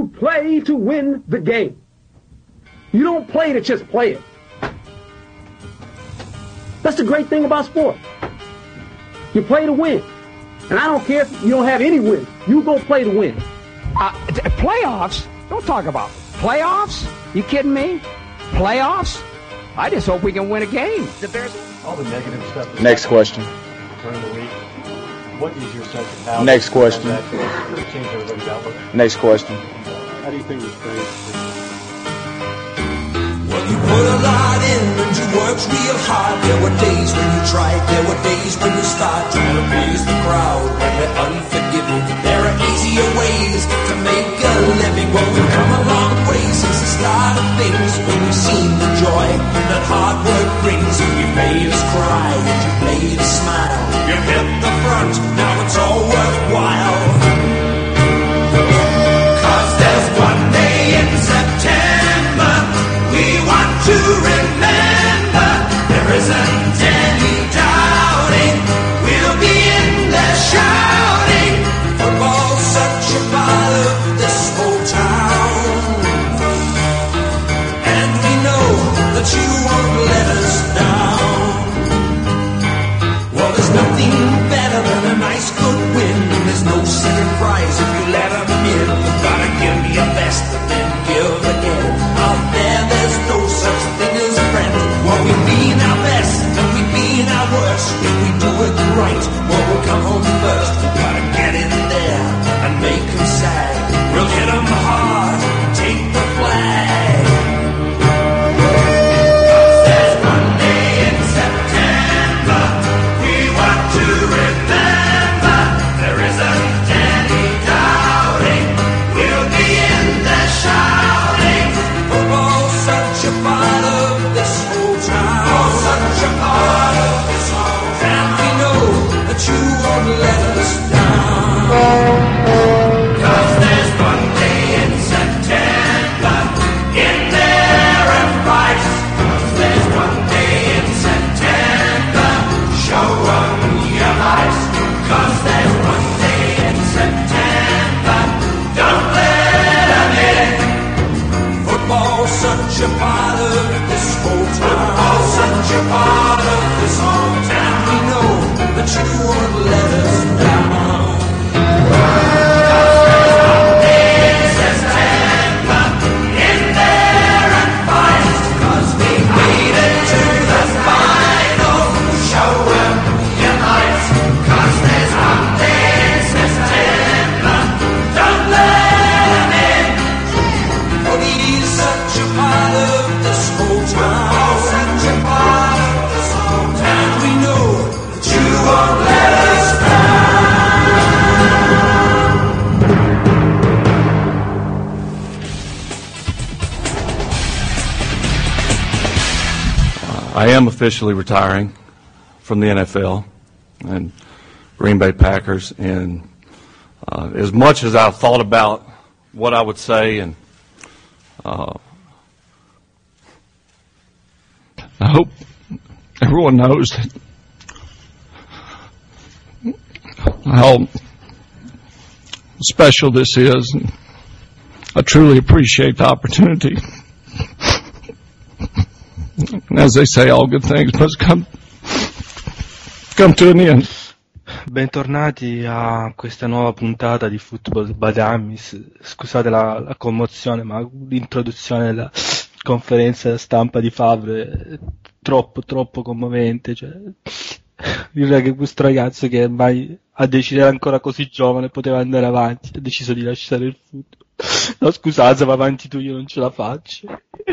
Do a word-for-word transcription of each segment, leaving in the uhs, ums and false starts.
You play to win the game. You don't play to just play it. That's the great thing about sport. You play to win. And I don't care if you don't have any wins. You go play to win. Uh, t- playoffs? Don't talk about playoffs. You kidding me? Playoffs? I just hope we can win a game. The Bears. All the negative stuff. Next question. During the week, what is your sense of how? Next question. That could change everybody's outlook. Next question. How do you think this plays? Well, you put a lot in and you worked real hard. There were days when you tried, there were days when you started trying to please the crowd. When they're unforgiving, there are easier ways to make a living. Well, we've come a long way since the start of things, when we've seen the joy that hard work brings. You made us cry and you made us smile. You hit the front, now it's all worthwhile. Cause there's one day in September we want to remember. There isn't any doubting we'll be in there shouting. Football's such a part of this whole town, and we know that you won't let us down. Well, there's nothing better than a nice good win, and there's no second prize if you let them in. You've gotta give me your best and then give again. Out there, there's no such thing as a friend. Well, we mean our best and we mean our worst. If we do it right, well, we'll come home first. Gotta get in there and make them sad. We'll hit them hard and take the flag. Cause there's one day in September we want to remember. There isn't any doubting we'll be in there shouting. Football's such a part of this whole town. Oh, such a part of this whole town. And we know that you won't let us down. Cause there's one day in September in there and fight. Cause there's one day in September, show 'em your light. Cause there's one day in September, don't let 'em in. Football's such a part of this whole town. Football's such a part of this whole town. And we know that you won't let us down. Cause there's one day in September in there and fight. Cause we made it to the final, show 'em your might. Cause there's one day in September, don't let 'em in. For he's such a part of this whole town. Oh, such a part of this whole town. And we know that you won't let us down. I am officially retiring from the N F L and Green Bay Packers, and uh, as much as I've thought about what I would say, and uh, I hope everyone knows that how special this is, and I truly appreciate the opportunity. And as they say, all good things must come, come to an end. Bentornati a questa nuova puntata di Football by Dummies. Scusate la, la commozione, ma l'introduzione della conferenza stampa di Favre è troppo, troppo commovente. Cioè, direi che questo ragazzo, che ormai a decidere ancora così giovane, poteva andare avanti, ha deciso di lasciare il football. No, scusate, va avanti tu, io non ce la faccio.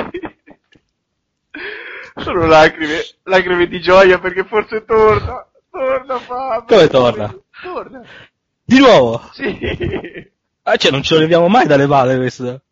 Sono lacrime, lacrime di gioia, perché forse torna, torna Fabio. Come torna? Torna. Di nuovo? Sì. Ah, cioè non ce lo leviamo mai dalle palle questo.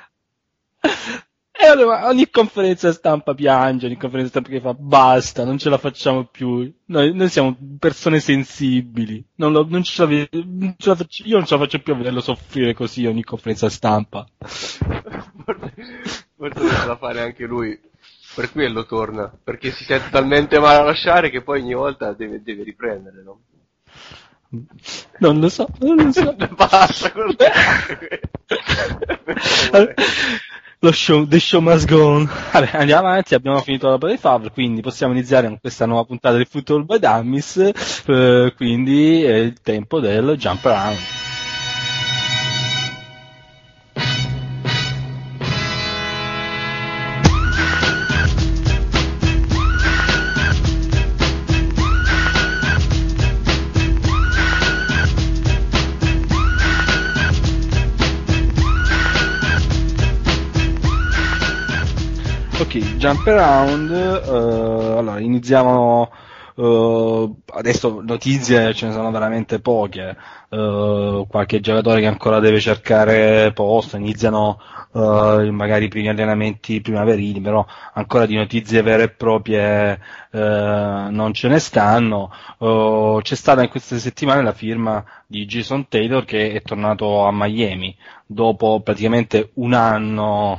E allora, ogni conferenza stampa piange, ogni conferenza stampa che fa basta, non ce la facciamo più. Noi, noi siamo persone sensibili, non, lo, non, ce la, non ce la faccio, io non ce la faccio più a vederlo soffrire così ogni conferenza stampa. Forse deve da fare anche lui. Per quello torna, perché si sente talmente male a lasciare che poi ogni volta deve, deve riprendere, no? Non lo so, non lo so. Basta con le Lo show, the show must go on. Vabbè, andiamo avanti, abbiamo finito la parola di Favre, quindi possiamo iniziare con questa nuova puntata di Football by Dummies, eh, quindi è il tempo del jump around. Ok, jump around, uh, allora iniziamo, uh, adesso notizie ce ne sono veramente poche, uh, qualche giocatore che ancora deve cercare posto, iniziano uh, magari i primi allenamenti primaverili, però ancora di notizie vere e proprie uh, non ce ne stanno. Uh, c'è stata in queste settimane la firma di Jason Taylor che è tornato a Miami dopo praticamente un anno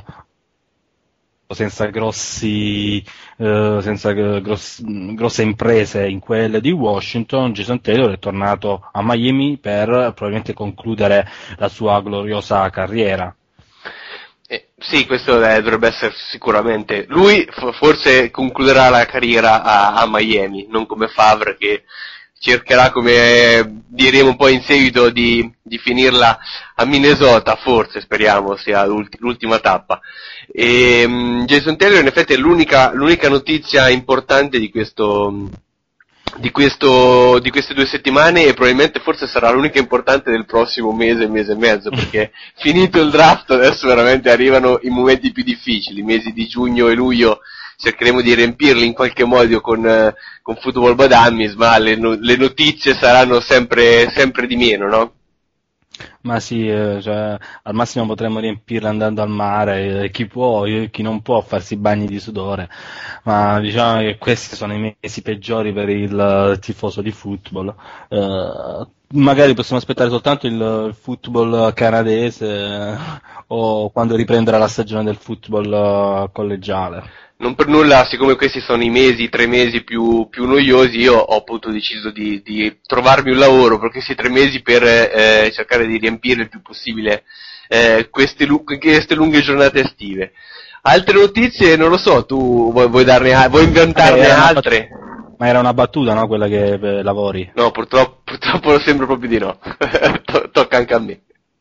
senza grossi eh, senza gross, grosse imprese in quelle di Washington. Jason Taylor è tornato a Miami per probabilmente concludere la sua gloriosa carriera. Eh, sì, questo eh, dovrebbe essere sicuramente. Lui f- forse concluderà la carriera a, a Miami, non come Favre che cercherà, come diremo poi in seguito, di, di finirla a Minnesota, forse, speriamo sia l'ulti, l'ultima tappa. E, um, Jason Taylor in effetti è l'unica, l'unica notizia importante di questo, di questo, di queste due settimane, e probabilmente forse sarà l'unica importante del prossimo mese, mese e mezzo, perché finito il draft adesso veramente arrivano i momenti più difficili, i mesi di giugno e luglio. Cercheremo di riempirli in qualche modo con, eh, con Football by Dummies, ma le, no, le notizie saranno sempre, sempre di meno, no? Ma sì, eh, cioè, al massimo potremmo riempirle andando al mare, eh, chi può, eh, chi non può farsi bagni di sudore, ma diciamo che questi sono i mesi peggiori per il uh, tifoso di football. Uh, magari possiamo aspettare soltanto il, il football canadese eh, o quando riprenderà la stagione del football uh, collegiale. Non per nulla, siccome questi sono i mesi, i tre mesi più, più noiosi, io ho appunto deciso di, di trovarmi un lavoro per questi tre mesi per eh, cercare di riempire il più possibile eh, queste, queste lunghe giornate estive. Altre notizie, non lo so, tu vuoi, vuoi darne, vuoi inventarne eh, altre? Bat- ma era una battuta, no? Quella che eh, lavori? No, purtroppo, purtroppo sembra proprio di no. Tocca anche a me.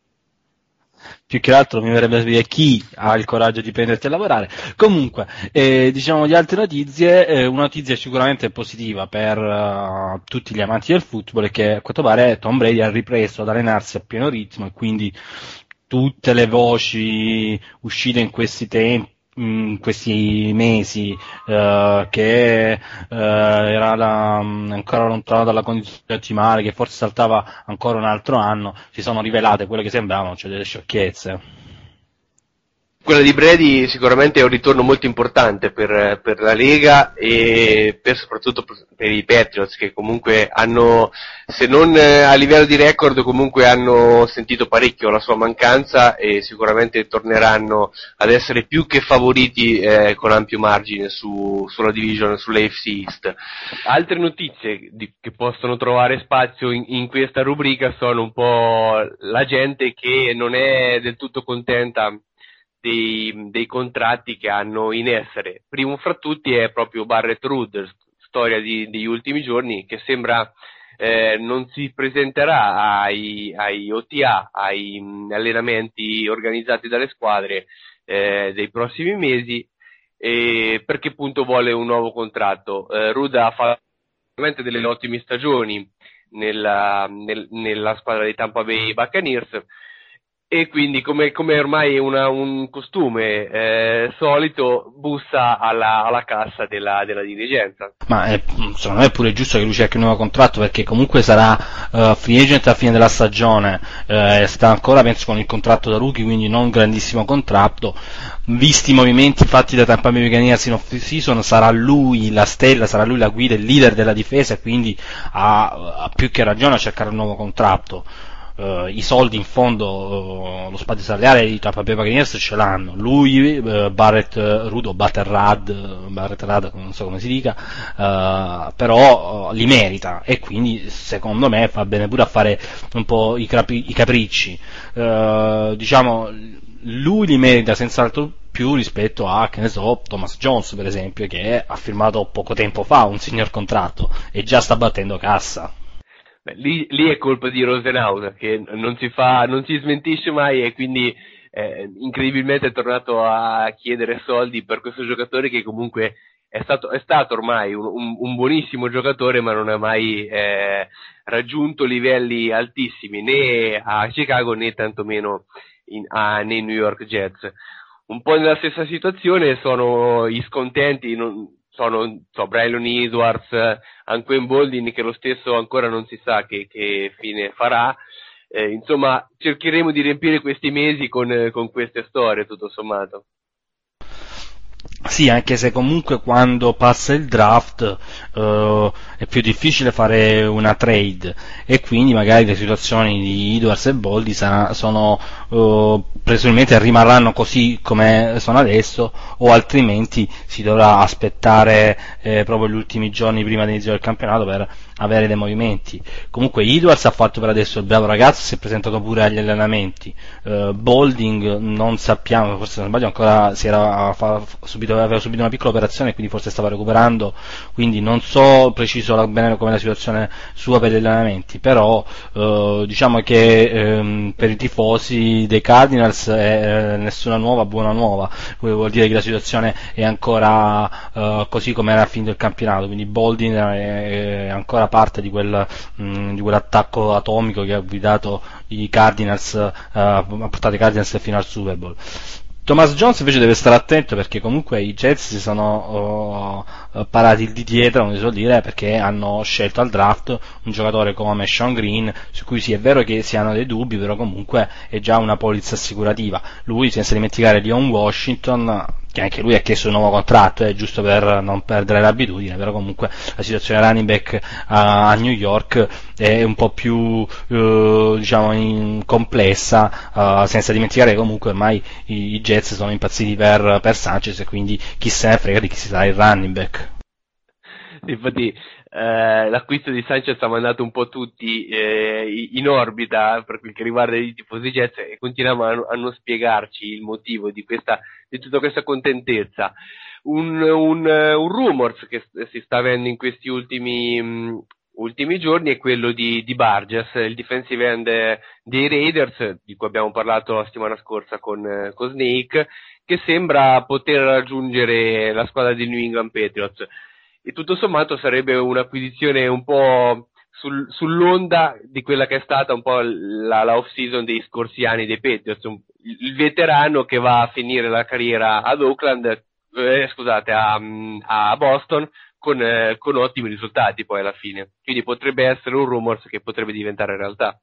Più che altro mi verrebbe da dire chi ha il coraggio di prenderti a lavorare. Comunque, eh, diciamo di altre notizie, eh, una notizia sicuramente positiva per uh, tutti gli amanti del football è che a quanto pare Tom Brady ha ripreso ad allenarsi a pieno ritmo, e quindi tutte le voci uscite in questi tempi, in questi mesi, uh, che uh, era la, um, ancora lontano dalla condizione ottimale, che forse saltava ancora un altro anno, si sono rivelate quelle che sembravano, cioè delle sciocchezze. Quella di Brady sicuramente è un ritorno molto importante per, per la Lega e per, soprattutto per i Patriots, che comunque hanno, se non a livello di record, comunque hanno sentito parecchio la sua mancanza e sicuramente torneranno ad essere più che favoriti eh, con ampio margine su, sulla division, sulla A F C East. Altre notizie di, che possono trovare spazio in, in questa rubrica sono un po' la gente che non è del tutto contenta Dei, dei contratti che hanno in essere. Primo fra tutti è proprio Barrett Rudd, storia di, degli ultimi giorni, che sembra eh, non si presenterà ai, ai O T A, ai mh, allenamenti organizzati dalle squadre eh, dei prossimi mesi, eh, perché appunto vuole un nuovo contratto. Eh, Rudd ha fatto veramente delle ottime stagioni nella, nel, nella squadra dei Tampa Bay Buccaneers, e quindi come, come ormai una, un costume eh, solito bussa alla, alla cassa della, della dirigenza. Ma è, secondo me è pure giusto che lui cerchi un nuovo contratto, perché comunque sarà uh, free agent alla fine della stagione, eh, sta ancora penso con il contratto da rookie, quindi non un grandissimo contratto. Visti i movimenti fatti da Tampa Bay Buccaneers in off-season, sarà lui la stella, sarà lui la guida, il leader della difesa, e quindi ha, ha più che ragione a cercare un nuovo contratto. Uh, i soldi in fondo, uh, lo spazio salariale di Tampa Bay Buccaneers ce l'hanno. Lui, uh, Barrett Rudd o Batterrad, uh, Barrett Rudd, non so come si dica, uh, però uh, li merita, e quindi secondo me fa bene pure a fare un po' i, capi- i capricci. Uh, diciamo, lui li merita senz'altro più rispetto a, che ne so, Thomas Jones per esempio, che ha firmato poco tempo fa un signor contratto e già sta battendo cassa. Beh, lì, lì è colpa di Rosenhaus, che non si fa, non si smentisce mai, e quindi eh, incredibilmente è tornato a chiedere soldi per questo giocatore che comunque è stato, è stato ormai un, un, un buonissimo giocatore, ma non ha mai eh, raggiunto livelli altissimi né a Chicago né tantomeno in, a, nei New York Jets. Un po' nella stessa situazione sono gli scontenti, non, sono so, Braylon Edwards, anche in Boldin, che lo stesso ancora non si sa che, che fine farà. Eh, insomma, cercheremo di riempire questi mesi con, con queste storie, tutto sommato. Sì, anche se comunque quando passa il draft uh, è più difficile fare una trade, e quindi magari le situazioni di Edwards e Boldi sarà, sono uh, presumibilmente rimarranno così come sono adesso, o altrimenti si dovrà aspettare eh, proprio gli ultimi giorni prima dell'inizio del campionato per avere dei movimenti. Comunque Edwards ha fatto per adesso il bravo ragazzo, si è presentato pure agli allenamenti. uh, Bolding non sappiamo, forse se non sbaglio ancora si era fa, subito, aveva subito una piccola operazione, quindi forse stava recuperando, quindi non so preciso bene come è la situazione sua per gli allenamenti, però uh, diciamo che um, per i tifosi dei Cardinals è eh, nessuna nuova buona nuova, vuol dire che la situazione è ancora uh, così come era a fine del campionato, quindi Bolding è, è ancora parte di quel mh, di quell'attacco atomico che ha guidato i Cardinals, uh, ha portato i Cardinals fino al Super Bowl. Thomas Jones invece deve stare attento, perché comunque i Jets si sono uh, parati di dietro, come si suol dire, perché hanno scelto al draft un giocatore come Sean Green, su cui sì è vero che si hanno dei dubbi, però comunque è già una polizza assicurativa. Lui, senza dimenticare Leon Washington, che anche lui ha chiesto un nuovo contratto, è eh, giusto per non perdere l'abitudine, però comunque la situazione running back a, a New York è un po' più uh, diciamo in, complessa, uh, senza dimenticare che comunque ormai i, i Jets sono impazziti per, per Sanchez, e quindi chi se ne frega di chi sarà il running back. Infatti eh, l'acquisto di Sanchez ha mandato un po' tutti eh, in orbita per quel che riguarda i tifosi Jets, e continuiamo a, a non spiegarci il motivo di questa di tutta questa contentezza. Un, un, un rumors che si sta avendo in questi ultimi mh, ultimi giorni è quello di, di Burgess, il defensive end dei Raiders, di cui abbiamo parlato la settimana scorsa con, con Snake, che sembra poter raggiungere la squadra di New England Patriots. E tutto sommato sarebbe un'acquisizione un po' sul, sull'onda di quella che è stata un po' la, la off-season dei scorsi anni dei Patriots, un, il veterano che va a finire la carriera ad Oakland, eh, scusate, a, a Boston, con, eh, con ottimi risultati poi alla fine. Quindi potrebbe essere un rumors che potrebbe diventare realtà.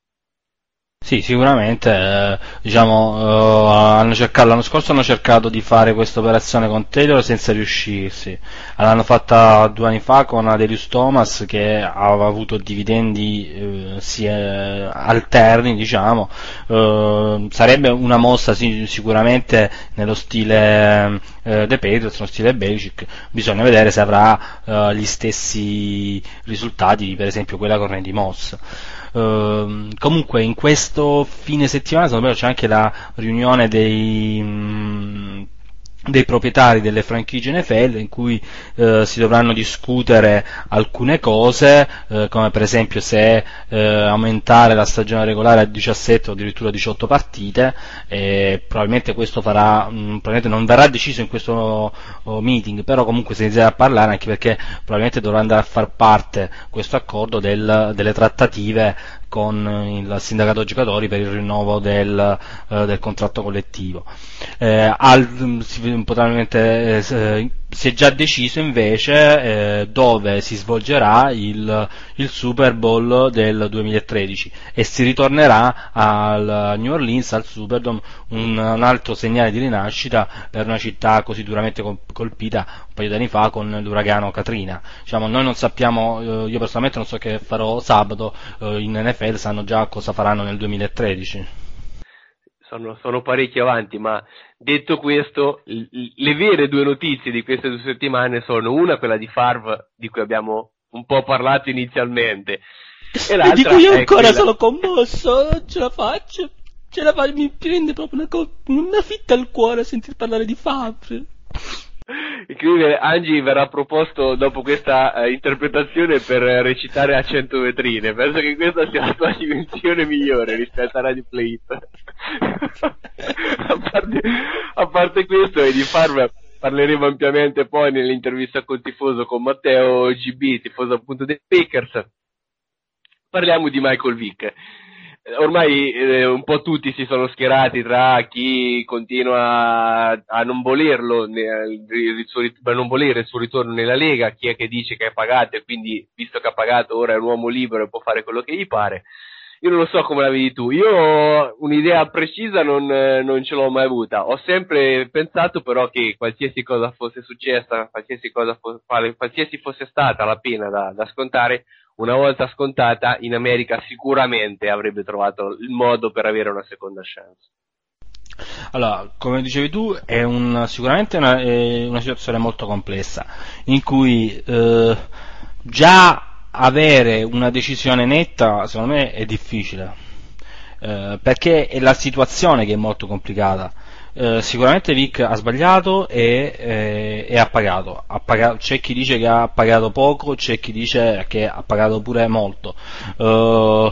Sì, sicuramente, eh, diciamo, eh, hanno cercato, l'anno scorso hanno cercato di fare questa operazione con Taylor senza riuscirsi, l'hanno fatta due anni fa con Adelius Thomas, che aveva avuto dividendi eh, si, eh, alterni, diciamo, eh, sarebbe una mossa sì, sicuramente nello stile eh, dei Patriots, nello stile Belichick. Bisogna vedere se avrà eh, gli stessi risultati di per esempio quella con Randy Moss. Uh, comunque in questo fine settimana secondo me c'è anche la riunione dei, mh, dei proprietari delle franchigie N F L, in cui uh, si dovranno discutere alcune cose, uh, come per esempio se uh, aumentare la stagione regolare a diciassette o addirittura diciotto partite, e probabilmente questo farà, mh, probabilmente non verrà deciso in questo uh, meeting, però comunque si inizierà a parlare, anche perché probabilmente dovrà andare a far parte questo accordo del, delle trattative con il sindacato giocatori per il rinnovo del, uh, del contratto collettivo. Eh, al, si, probabilmente eh, si è già deciso invece eh, dove si svolgerà il, il Super Bowl del duemilatredici, e si ritornerà al New Orleans, al Superdome, un, un altro segnale di rinascita per una città così duramente colpita un paio di anni fa con l'uragano Katrina. Diciamo, noi non sappiamo, eh, io personalmente non so che farò sabato, eh, in N F L sanno già cosa faranno nel duemilatredici. Sono, sono parecchio avanti, ma detto questo, l- le vere due notizie di queste due settimane sono una quella di Favre, di cui abbiamo un po' parlato inizialmente, e l'altra di cui io è ancora quella... sono commosso, non ce la faccio. Ce la fa, mi prende proprio una, co- una fitta al cuore a sentir parlare di Favre. Incredibile, Angie verrà proposto dopo questa uh, interpretazione per uh, recitare a cento vetrine. Penso che questa sia la tua dimensione migliore rispetto a Radio Play. a, parte, a parte questo, e di Favre parleremo ampiamente poi nell'intervista col tifoso con Matteo G B, tifoso appunto dei Packers. Parliamo di Michael Vick. Ormai eh, un po' tutti si sono schierati tra chi continua a, a non volerlo, ne, il suo, a non volere il suo ritorno nella Lega, chi è che dice che è pagato e quindi, visto che ha pagato, ora è un uomo libero e può fare quello che gli pare. Io non lo so come la vedi tu, io un'idea precisa non, non ce l'ho mai avuta, ho sempre pensato però che qualsiasi cosa fosse successa, qualsiasi cosa fosse, qualsiasi fosse stata la pena da, da scontare, una volta scontata in America sicuramente avrebbe trovato il modo per avere una seconda chance. Allora, come dicevi tu, è un, sicuramente una, è una situazione molto complessa, in cui eh, già avere una decisione netta, secondo me, è difficile, eh, perché è la situazione che è molto complicata. Eh, sicuramente Vick ha sbagliato e, e, e ha pagato. ha pagato. C'è chi dice che ha pagato poco, c'è chi dice che ha pagato pure molto. Uh,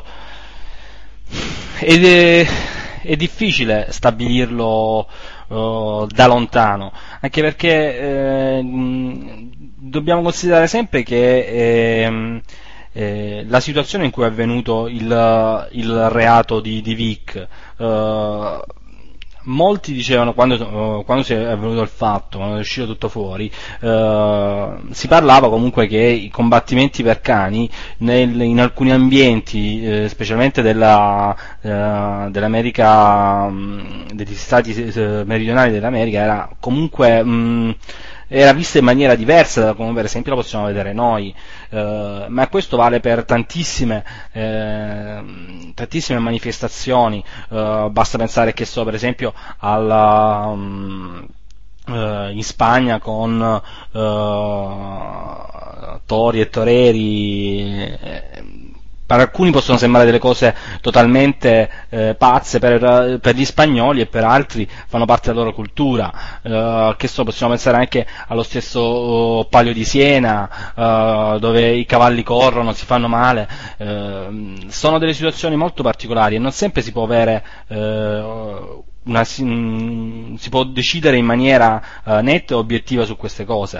ed è, è difficile stabilirlo uh, da lontano, anche perché eh, dobbiamo considerare sempre che eh, eh, la situazione in cui è avvenuto il, il reato di, di Vick, uh, molti dicevano, quando, uh, quando si è avvenuto il fatto, quando è uscito tutto fuori, uh, si parlava comunque che i combattimenti per cani nel, in alcuni ambienti, eh, specialmente della, uh, dell'America, um, degli stati uh, meridionali dell'America, era comunque um, era vista in maniera diversa da come per esempio la possiamo vedere noi, eh, ma questo vale per tantissime eh, tantissime manifestazioni, eh, basta pensare, che so, per esempio alla um, eh, in Spagna con eh, tori e toreri. eh, Per alcuni possono sembrare delle cose totalmente eh, pazze per, per gli spagnoli, e per altri fanno parte della loro cultura. Eh, che so, possiamo pensare anche allo stesso uh, Palio di Siena, uh, dove i cavalli corrono, si fanno male. Eh, sono delle situazioni molto particolari e non sempre si può avere eh, una, si, si può decidere in maniera uh, netta e obiettiva su queste cose.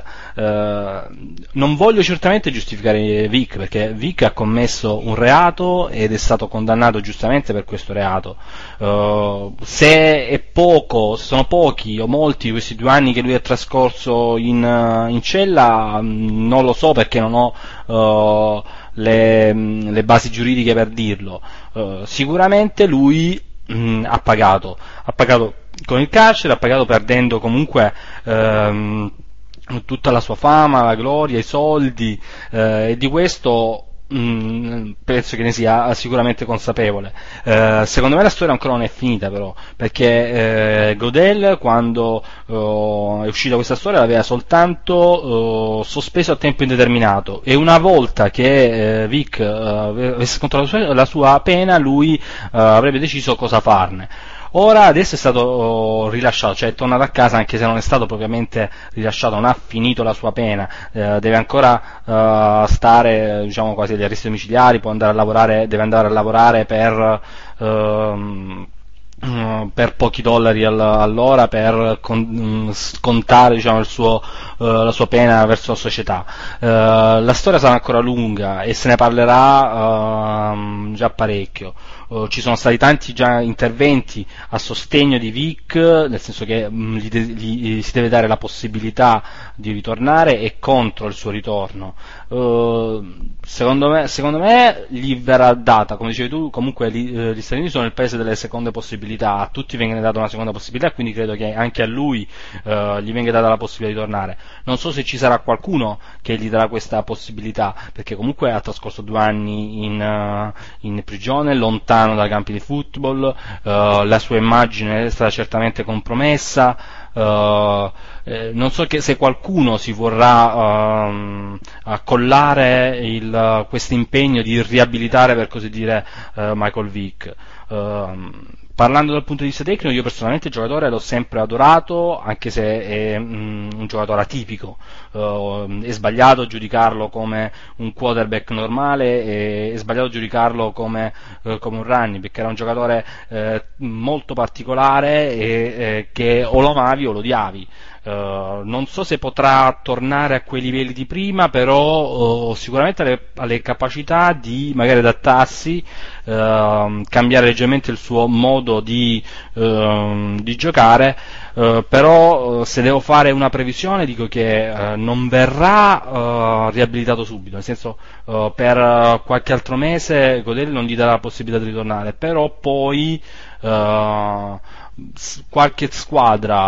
Uh, non voglio certamente giustificare Vick, perché Vick ha commesso un reato ed è stato condannato giustamente per questo reato. Uh, se è poco, se sono pochi o molti questi due anni che lui ha trascorso in, uh, in cella, non lo so, perché non ho uh, le, le basi giuridiche per dirlo. Uh, sicuramente lui Mm, ha pagato, ha pagato con il carcere, ha pagato perdendo comunque ehm, tutta la sua fama, la gloria, i soldi, eh, e di questo mm, penso che ne sia sicuramente consapevole. Eh, secondo me la storia ancora non è finita però, perché eh, Godel, quando eh, è uscita questa storia, l'aveva soltanto eh, sospeso a tempo indeterminato, e una volta che eh, Vick eh, avesse scontato la sua, la sua pena, lui eh, avrebbe deciso cosa farne. Ora adesso è stato rilasciato, cioè è tornato a casa, anche se non è stato propriamente rilasciato, non ha finito la sua pena, eh, deve ancora uh, stare, diciamo, quasi agli arresti domiciliari, può andare a lavorare, deve andare a lavorare per uh, per pochi dollari all'ora per con, scontare, diciamo, il suo, uh, la sua pena verso la società. Uh, la storia sarà ancora lunga e se ne parlerà uh, già parecchio. Uh, ci sono stati tanti già interventi a sostegno di Vick, nel senso che mh, gli, de- gli si deve dare la possibilità di ritornare, e contro il suo ritorno. Uh, secondo me, secondo me gli verrà data, come dicevi tu, comunque gli, eh, gli Stati Uniti sono il paese delle seconde possibilità, a tutti viene data una seconda possibilità, quindi credo che anche a lui uh, gli venga data la possibilità di tornare. Non so se ci sarà qualcuno che gli darà questa possibilità, perché comunque ha trascorso due anni in, uh, in prigione, lontano dai campi di football, uh, la sua immagine è stata certamente compromessa. Uh, eh, non so che se qualcuno si vorrà uh, accollare il, questo impegno di riabilitare, per così dire, uh, Michael Vick. Uh, parlando dal punto di vista tecnico, io personalmente il giocatore l'ho sempre adorato, anche se è mm, un giocatore atipico. Uh, è sbagliato giudicarlo come un quarterback normale, e è sbagliato giudicarlo come, uh, come un running, perché era un giocatore uh, molto particolare e eh, che o lo amavi o lo odiavi. Uh, non so se potrà tornare a quei livelli di prima, però uh, sicuramente ha le, ha le capacità di magari adattarsi, uh, cambiare leggermente il suo modo di, uh, di giocare, uh, però uh, se devo fare una previsione dico che uh, non verrà uh, riabilitato subito, nel senso uh, per uh, qualche altro mese Goodell non gli darà la possibilità di ritornare, però poi uh, qualche squadra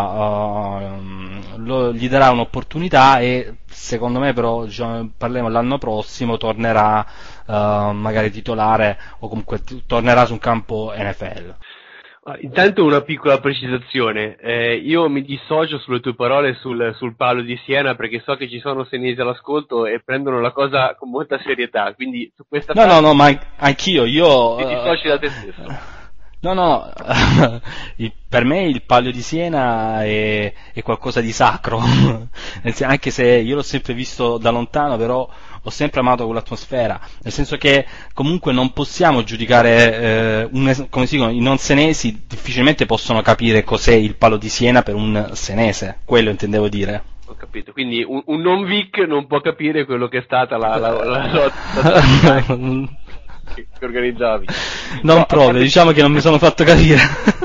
uh, lo, gli darà un'opportunità e secondo me però, diciamo, parliamo l'anno prossimo, tornerà uh, magari titolare o comunque t- tornerà su un campo N F L. Intanto una piccola precisazione, eh, io mi dissocio sulle tue parole sul, sul palo di Siena, perché so che ci sono senesi all'ascolto e prendono la cosa con molta serietà, quindi su questa no no no ma anch'io io ti dissoci da te stesso. No, no, il, per me il Palio di Siena è, è qualcosa di sacro, anche se io l'ho sempre visto da lontano, però ho sempre amato quell'atmosfera, nel senso che comunque non possiamo giudicare, eh, un, come si dicono, i non senesi difficilmente possono capire cos'è il Palio di Siena per un senese, quello intendevo dire. Ho capito, quindi un, un non Vic non può capire quello che è stata la, la, la lotta che organizzavi. Non no, proprio, parte... diciamo che non mi sono fatto capire.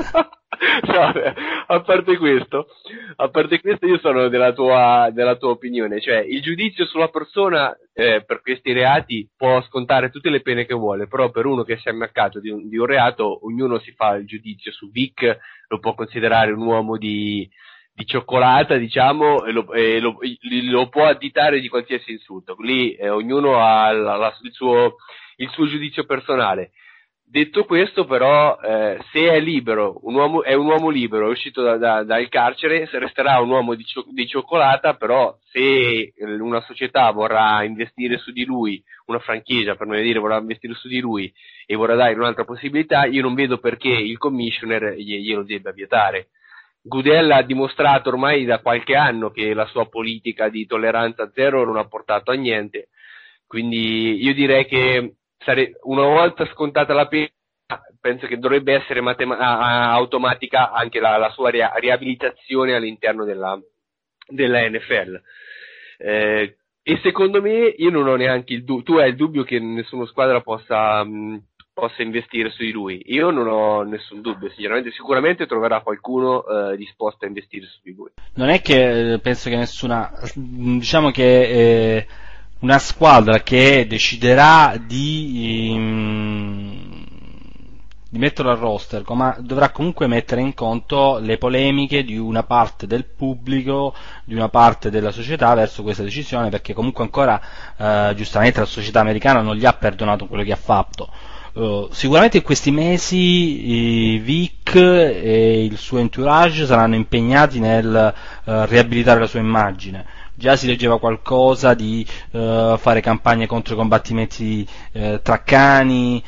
No, a parte questo, a parte questo io sono della tua, della tua opinione, cioè il giudizio sulla persona eh, per questi reati può scontare tutte le pene che vuole, però per uno che si è ammaccato di un, di un reato ognuno si fa il giudizio su Vic, lo può considerare un uomo di, di cioccolata, diciamo, e lo, e lo, lo può additare di qualsiasi insulto, lì eh, ognuno ha la, la, il suo il suo giudizio personale. Detto questo, però, eh, se è libero, un uomo, è un uomo libero, è uscito da, da, dal carcere, se resterà un uomo di, cio- di cioccolata, però se una società vorrà investire su di lui, una franchigia per non dire vorrà investire su di lui e vorrà dare un'altra possibilità, io non vedo perché il commissioner glielo debba vietare. Goodell ha dimostrato ormai da qualche anno che la sua politica di tolleranza zero non ha portato a niente, quindi io direi che Sare, una volta scontata la pena, penso che dovrebbe essere matema- automatica anche la, la sua ria- riabilitazione all'interno della, della N F L. Eh, e secondo me, io non ho neanche il dubbio, tu hai il dubbio che nessuna squadra possa, mh, possa investire su di lui. Io non ho nessun dubbio, sinceramente, sicuramente troverà qualcuno eh, disposto a investire su di lui. Non è che penso che nessuna, diciamo che eh, una squadra che deciderà di, um, di metterlo al roster, ma dovrà comunque mettere in conto le polemiche di una parte del pubblico, di una parte della società verso questa decisione, perché comunque ancora uh, giustamente la società americana non gli ha perdonato quello che ha fatto. Uh, sicuramente in questi mesi uh, Vic e il suo entourage saranno impegnati nel uh, riabilitare la sua immagine. Già si leggeva qualcosa di uh, fare campagne contro i combattimenti uh, tra cani,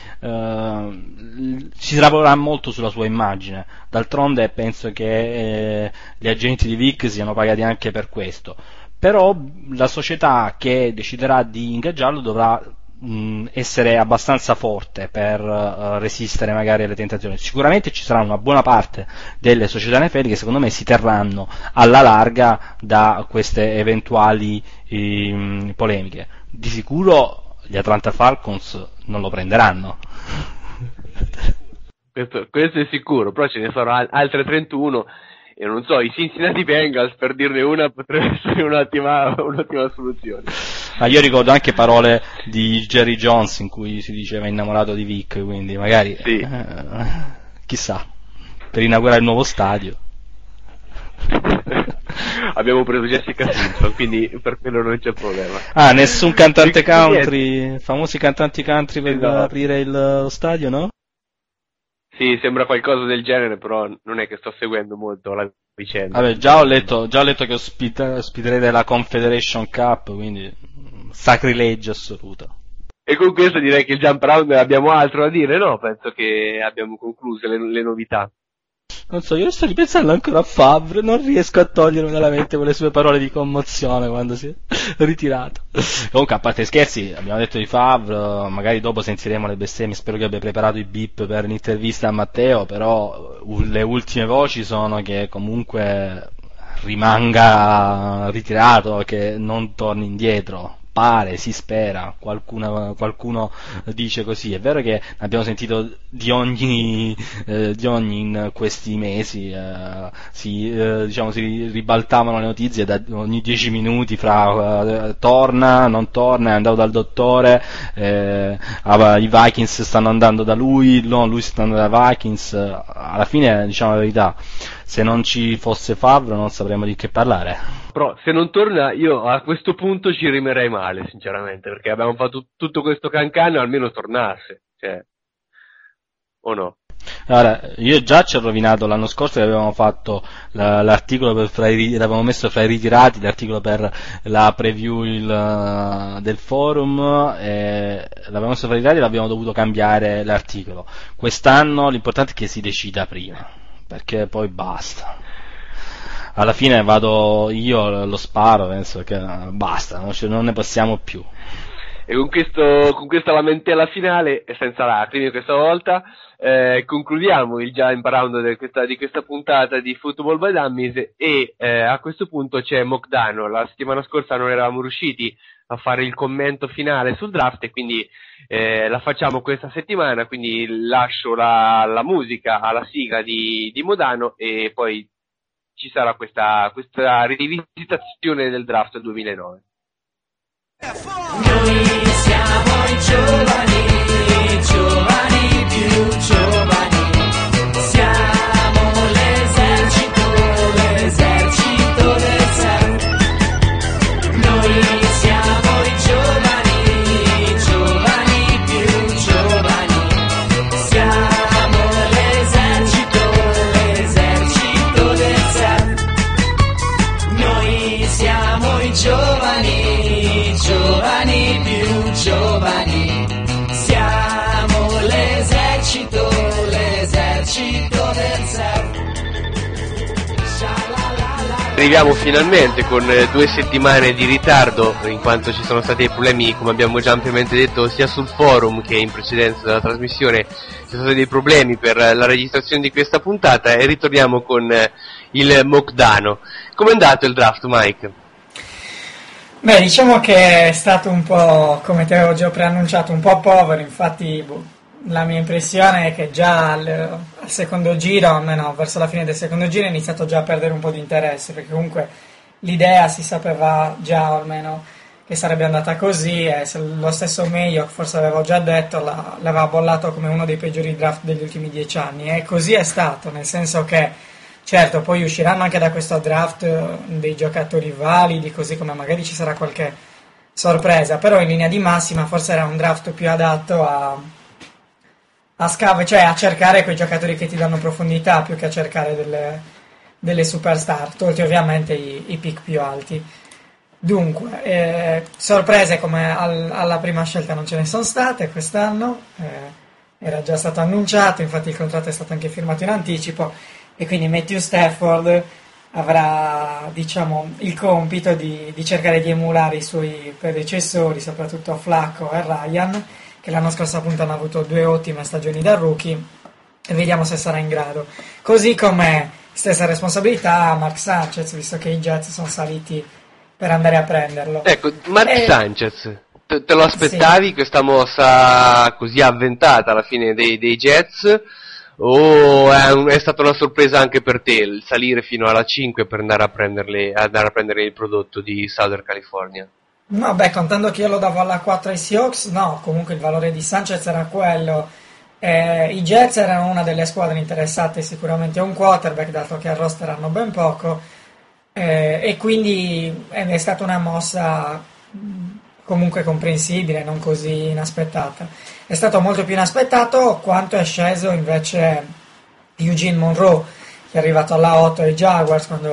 uh, si lavorerà molto sulla sua immagine. D'altronde penso che eh, gli agenti di Vic siano pagati anche per questo. Però la società che deciderà di ingaggiarlo dovrà essere abbastanza forte per uh, resistere magari alle tentazioni. Sicuramente ci sarà una buona parte delle società N F L che secondo me si terranno alla larga da queste eventuali um, polemiche. Di sicuro gli Atlanta Falcons non lo prenderanno. Questo, questo è sicuro, però ce ne saranno altre trentuno e non so, i Cincinnati Bengals, per dirne una, potrebbe essere un'ottima, un'ottima soluzione. Ah, io ricordo anche parole di Jerry Jones in cui si diceva innamorato di Vic, quindi magari sì. eh, chissà, per inaugurare il nuovo stadio. Abbiamo preso Jessica Simpson, quindi per quello non c'è problema. Ah, nessun cantante country, famosi cantanti country per no. aprire il, lo stadio, no? Sì, sembra qualcosa del genere, però non è che sto seguendo molto la vicenda. Vabbè, già ho letto, già ho letto che ospita, ospiterete la Confederation Cup, quindi sacrilegio assoluto. E con questo direi che il jump around abbiamo altro da dire, no? Penso che abbiamo concluso le, le novità. Non so, io sto ripensando ancora a Favre, non riesco a togliermi dalla mente quelle sue parole di commozione quando si è ritirato. Comunque, a parte scherzi, abbiamo detto di Favre, magari dopo sentiremo le bestemmie, spero che abbia preparato i beep per l'intervista a Matteo, però le ultime voci sono che comunque rimanga ritirato, che non torni indietro. Pare, si spera, qualcuno, qualcuno dice così. È vero che abbiamo sentito di ogni, eh, di ogni in questi mesi, eh, si, eh, diciamo, si ribaltavano le notizie da ogni dieci minuti fra eh, torna, non torna, è andato dal dottore, eh, i Vikings stanno andando da lui, no, lui sta andando dai Vikings. Alla fine, diciamo la verità, se non ci fosse Favre non sapremmo di che parlare. Però se non torna io a questo punto ci rimerei male, sinceramente, perché abbiamo fatto tutto questo cancan, almeno tornasse, cioè, o no? Allora, io già ci ho rovinato l'anno scorso che avevamo fatto la, l'articolo per fra i, l'avevamo messo fra i ritirati, l'articolo per la preview il, del forum, e l'avevamo messo fra i ritirati e l'abbiamo dovuto cambiare l'articolo. Quest'anno l'importante è che si decida prima, perché poi basta. Alla fine vado io, lo sparo, penso che basta, non, non ne possiamo più. E con questo, con questa lamentela finale, e senza lacrime questa volta, eh, concludiamo il jump around di questa, di questa puntata di Football by Dummies, e eh, a questo punto c'è Mokdano. La settimana scorsa non eravamo riusciti a fare il commento finale sul draft e quindi eh, la facciamo questa settimana, quindi lascio la, la musica alla sigla di, di Modano e poi ci sarà questa, questa rivisitazione del draft duemilanove. Noi siamo i giovani, giovani più giovani, siamo l'esercito, l'esercito del surf. Noi siamo i giovani, giovani più giovani, siamo l'esercito, l'esercito del surf. Noi siamo i giovani, giovani più giovani, siamo l'esercito, l'esercito del surf. Arriviamo finalmente con due settimane di ritardo, in quanto ci sono stati problemi, come abbiamo già ampiamente detto, sia sul forum che in precedenza della trasmissione. Ci sono stati dei problemi per la registrazione di questa puntata e ritorniamo con il Mokdano. Come è andato il draft, Mike? Beh, diciamo che è stato un po', come ti avevo già preannunciato, un po' povero. Infatti boh, la mia impressione è che già al, al secondo giro, almeno verso la fine del secondo giro, è iniziato già a perdere un po' di interesse, perché comunque l'idea si sapeva già almeno che sarebbe andata così, e se lo stesso Mayock, forse avevo già detto, la, l'aveva bollato come uno dei peggiori draft degli ultimi dieci anni, e così è stato, nel senso che certo, poi usciranno anche da questo draft dei giocatori validi, così come magari ci sarà qualche sorpresa, però in linea di massima forse era un draft più adatto a, a scave, cioè a cercare quei giocatori che ti danno profondità più che a cercare delle, delle superstar, tolti ovviamente i, i pick più alti. Dunque, eh, sorprese come al, alla prima scelta non ce ne sono state quest'anno, eh, era già stato annunciato, infatti il contratto è stato anche firmato in anticipo, e quindi Matthew Stafford avrà, diciamo, il compito di, di cercare di emulare i suoi predecessori, soprattutto Flacco e Ryan, che l'anno scorso appunto hanno avuto due ottime stagioni da rookie, e vediamo se sarà in grado. Così come stessa responsabilità a Mark Sanchez, visto che i Jets sono saliti per andare a prenderlo. Ecco, Mark e... Sanchez, te, te lo aspettavi, sì, questa mossa così avventata alla fine dei, dei Jets? O è, un, è stata una sorpresa anche per te il salire fino alla cinque per andare a prenderle, andare a prendere il prodotto di Southern California? No, beh, contando che io lo davo alla quattro ai Seahawks, no, comunque il valore di Sanchez era quello. Eh, I Jets erano una delle squadre interessate sicuramente a un quarterback, dato che al roster hanno ben poco, eh, e quindi è stata una mossa comunque comprensibile, non così inaspettata. È stato molto più inaspettato quanto è sceso invece Eugene Monroe, che è arrivato alla otto ai Jaguars, quando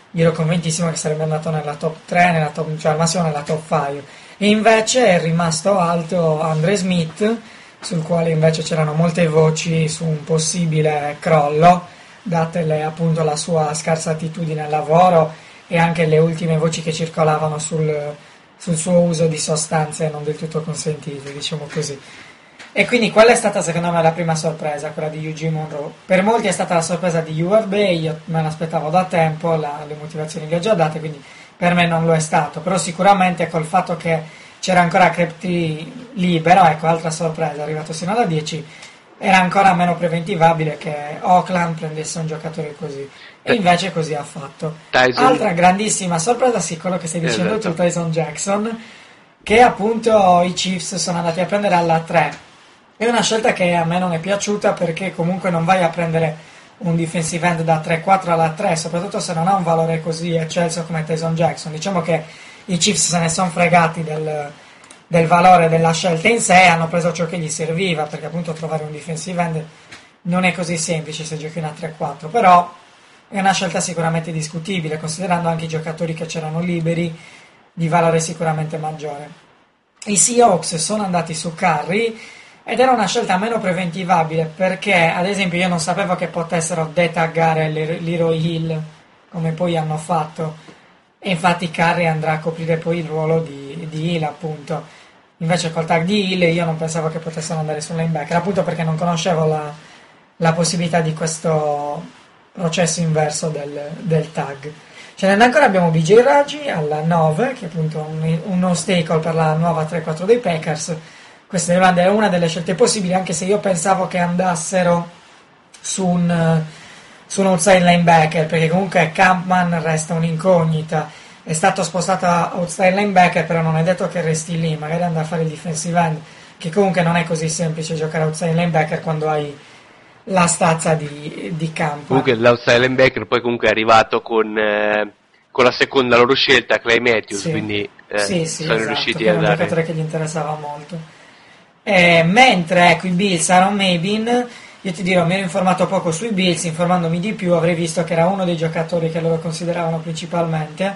io ero convintissimo che sarebbe andato nella top tre, nella top, cioè al massimo nella top cinque, e invece è rimasto alto Andre Smith, sul quale invece c'erano molte voci su un possibile crollo, datele appunto la sua scarsa attitudine al lavoro e anche le ultime voci che circolavano sul, sul suo uso di sostanze non del tutto consentite, diciamo così. E quindi quella è stata secondo me la prima sorpresa, quella di Eugene Monroe. Per molti è stata la sorpresa di U R B, io me l'aspettavo da tempo, la, le motivazioni le ho già date, quindi per me non lo è stato, però sicuramente col fatto che c'era ancora Crabtree libero, ecco, altra sorpresa, arrivato sino alla dieci, era ancora meno preventivabile che Oakland prendesse un giocatore così, e invece così ha fatto. Tyson. Altra grandissima sorpresa, sì, quello che stai dicendo Esatto. tu, Tyson Jackson, che appunto i Chiefs sono andati a prendere alla tre. È una scelta che a me non è piaciuta, perché comunque non vai a prendere un defensive end da tre quattro alla tre, soprattutto se non ha un valore così eccelso come Tyson Jackson. Diciamo che i Chiefs se ne sono fregati del, del valore della scelta in sé, hanno preso ciò che gli serviva, perché appunto trovare un defensive end non è così semplice se giochi una tre quattro, però è una scelta sicuramente discutibile, considerando anche i giocatori che c'erano liberi, di valore sicuramente maggiore. I Seahawks sono andati su Curry, ed era una scelta meno preventivabile, perché ad esempio io non sapevo che potessero detaggare Leroy Hill come poi hanno fatto, e infatti Curry andrà a coprire poi il ruolo di, di Hill appunto. Invece col tag di Hill io non pensavo che potessero andare sul linebacker, appunto perché non conoscevo la, la possibilità di questo processo inverso del, del tag. Ce n'è ancora, abbiamo B J Raji alla nove, che è appunto un, un ostacolo per la nuova tre quattro dei Packers. Questa è una delle scelte possibili, anche se io pensavo che andassero su un, su un outside linebacker, perché comunque Campman resta un'incognita. È stato spostato a outside linebacker, però non è detto che resti lì, magari andrà a fare il defensive end, che comunque non è così semplice giocare outside linebacker quando hai la stazza di, di Campman. Comunque l'outside linebacker poi comunque è arrivato con, eh, con la seconda loro scelta, Clay Matthews, Sì. quindi eh, sì, sì, sono esatto, riusciti che a era un dare... giocatore che gli interessava molto. Eh, mentre ecco i Bills, Aaron Mabin, io ti dirò, mi ero informato poco sui Bills, informandomi di più avrei visto che era uno dei giocatori che loro consideravano principalmente,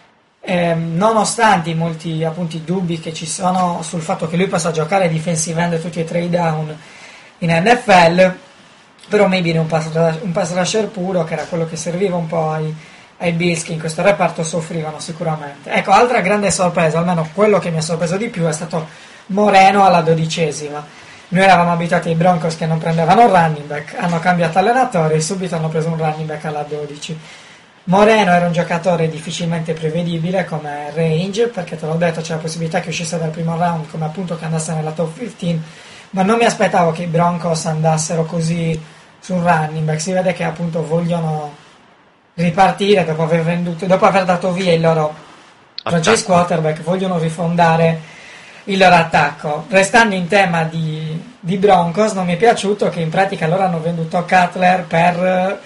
eh, nonostante i molti appunti dubbi che ci sono sul fatto che lui possa giocare defensive end tutti e tre i down in N F L, però Mabin è un pass, un pass rusher puro, che era quello che serviva un po' ai, ai Bills, che in questo reparto soffrivano sicuramente. Ecco, altra grande sorpresa, almeno quello che mi ha sorpreso di più, è stato Moreno alla dodicesima. Noi eravamo abituati ai Broncos che non prendevano un running back, hanno cambiato allenatore e subito hanno preso un running back alla dodici. Moreno era un giocatore difficilmente prevedibile come range, perché te l'ho detto, c'è la possibilità che uscisse dal primo round, come appunto che andasse nella top quindici, ma non mi aspettavo che i Broncos andassero così su un running back. Si vede che appunto vogliono ripartire dopo aver venduto, dopo aver dato via il loro franchise quarterback, vogliono rifondare il loro attacco. Restando in tema di, di Broncos, non mi è piaciuto che in pratica loro hanno venduto Cutler per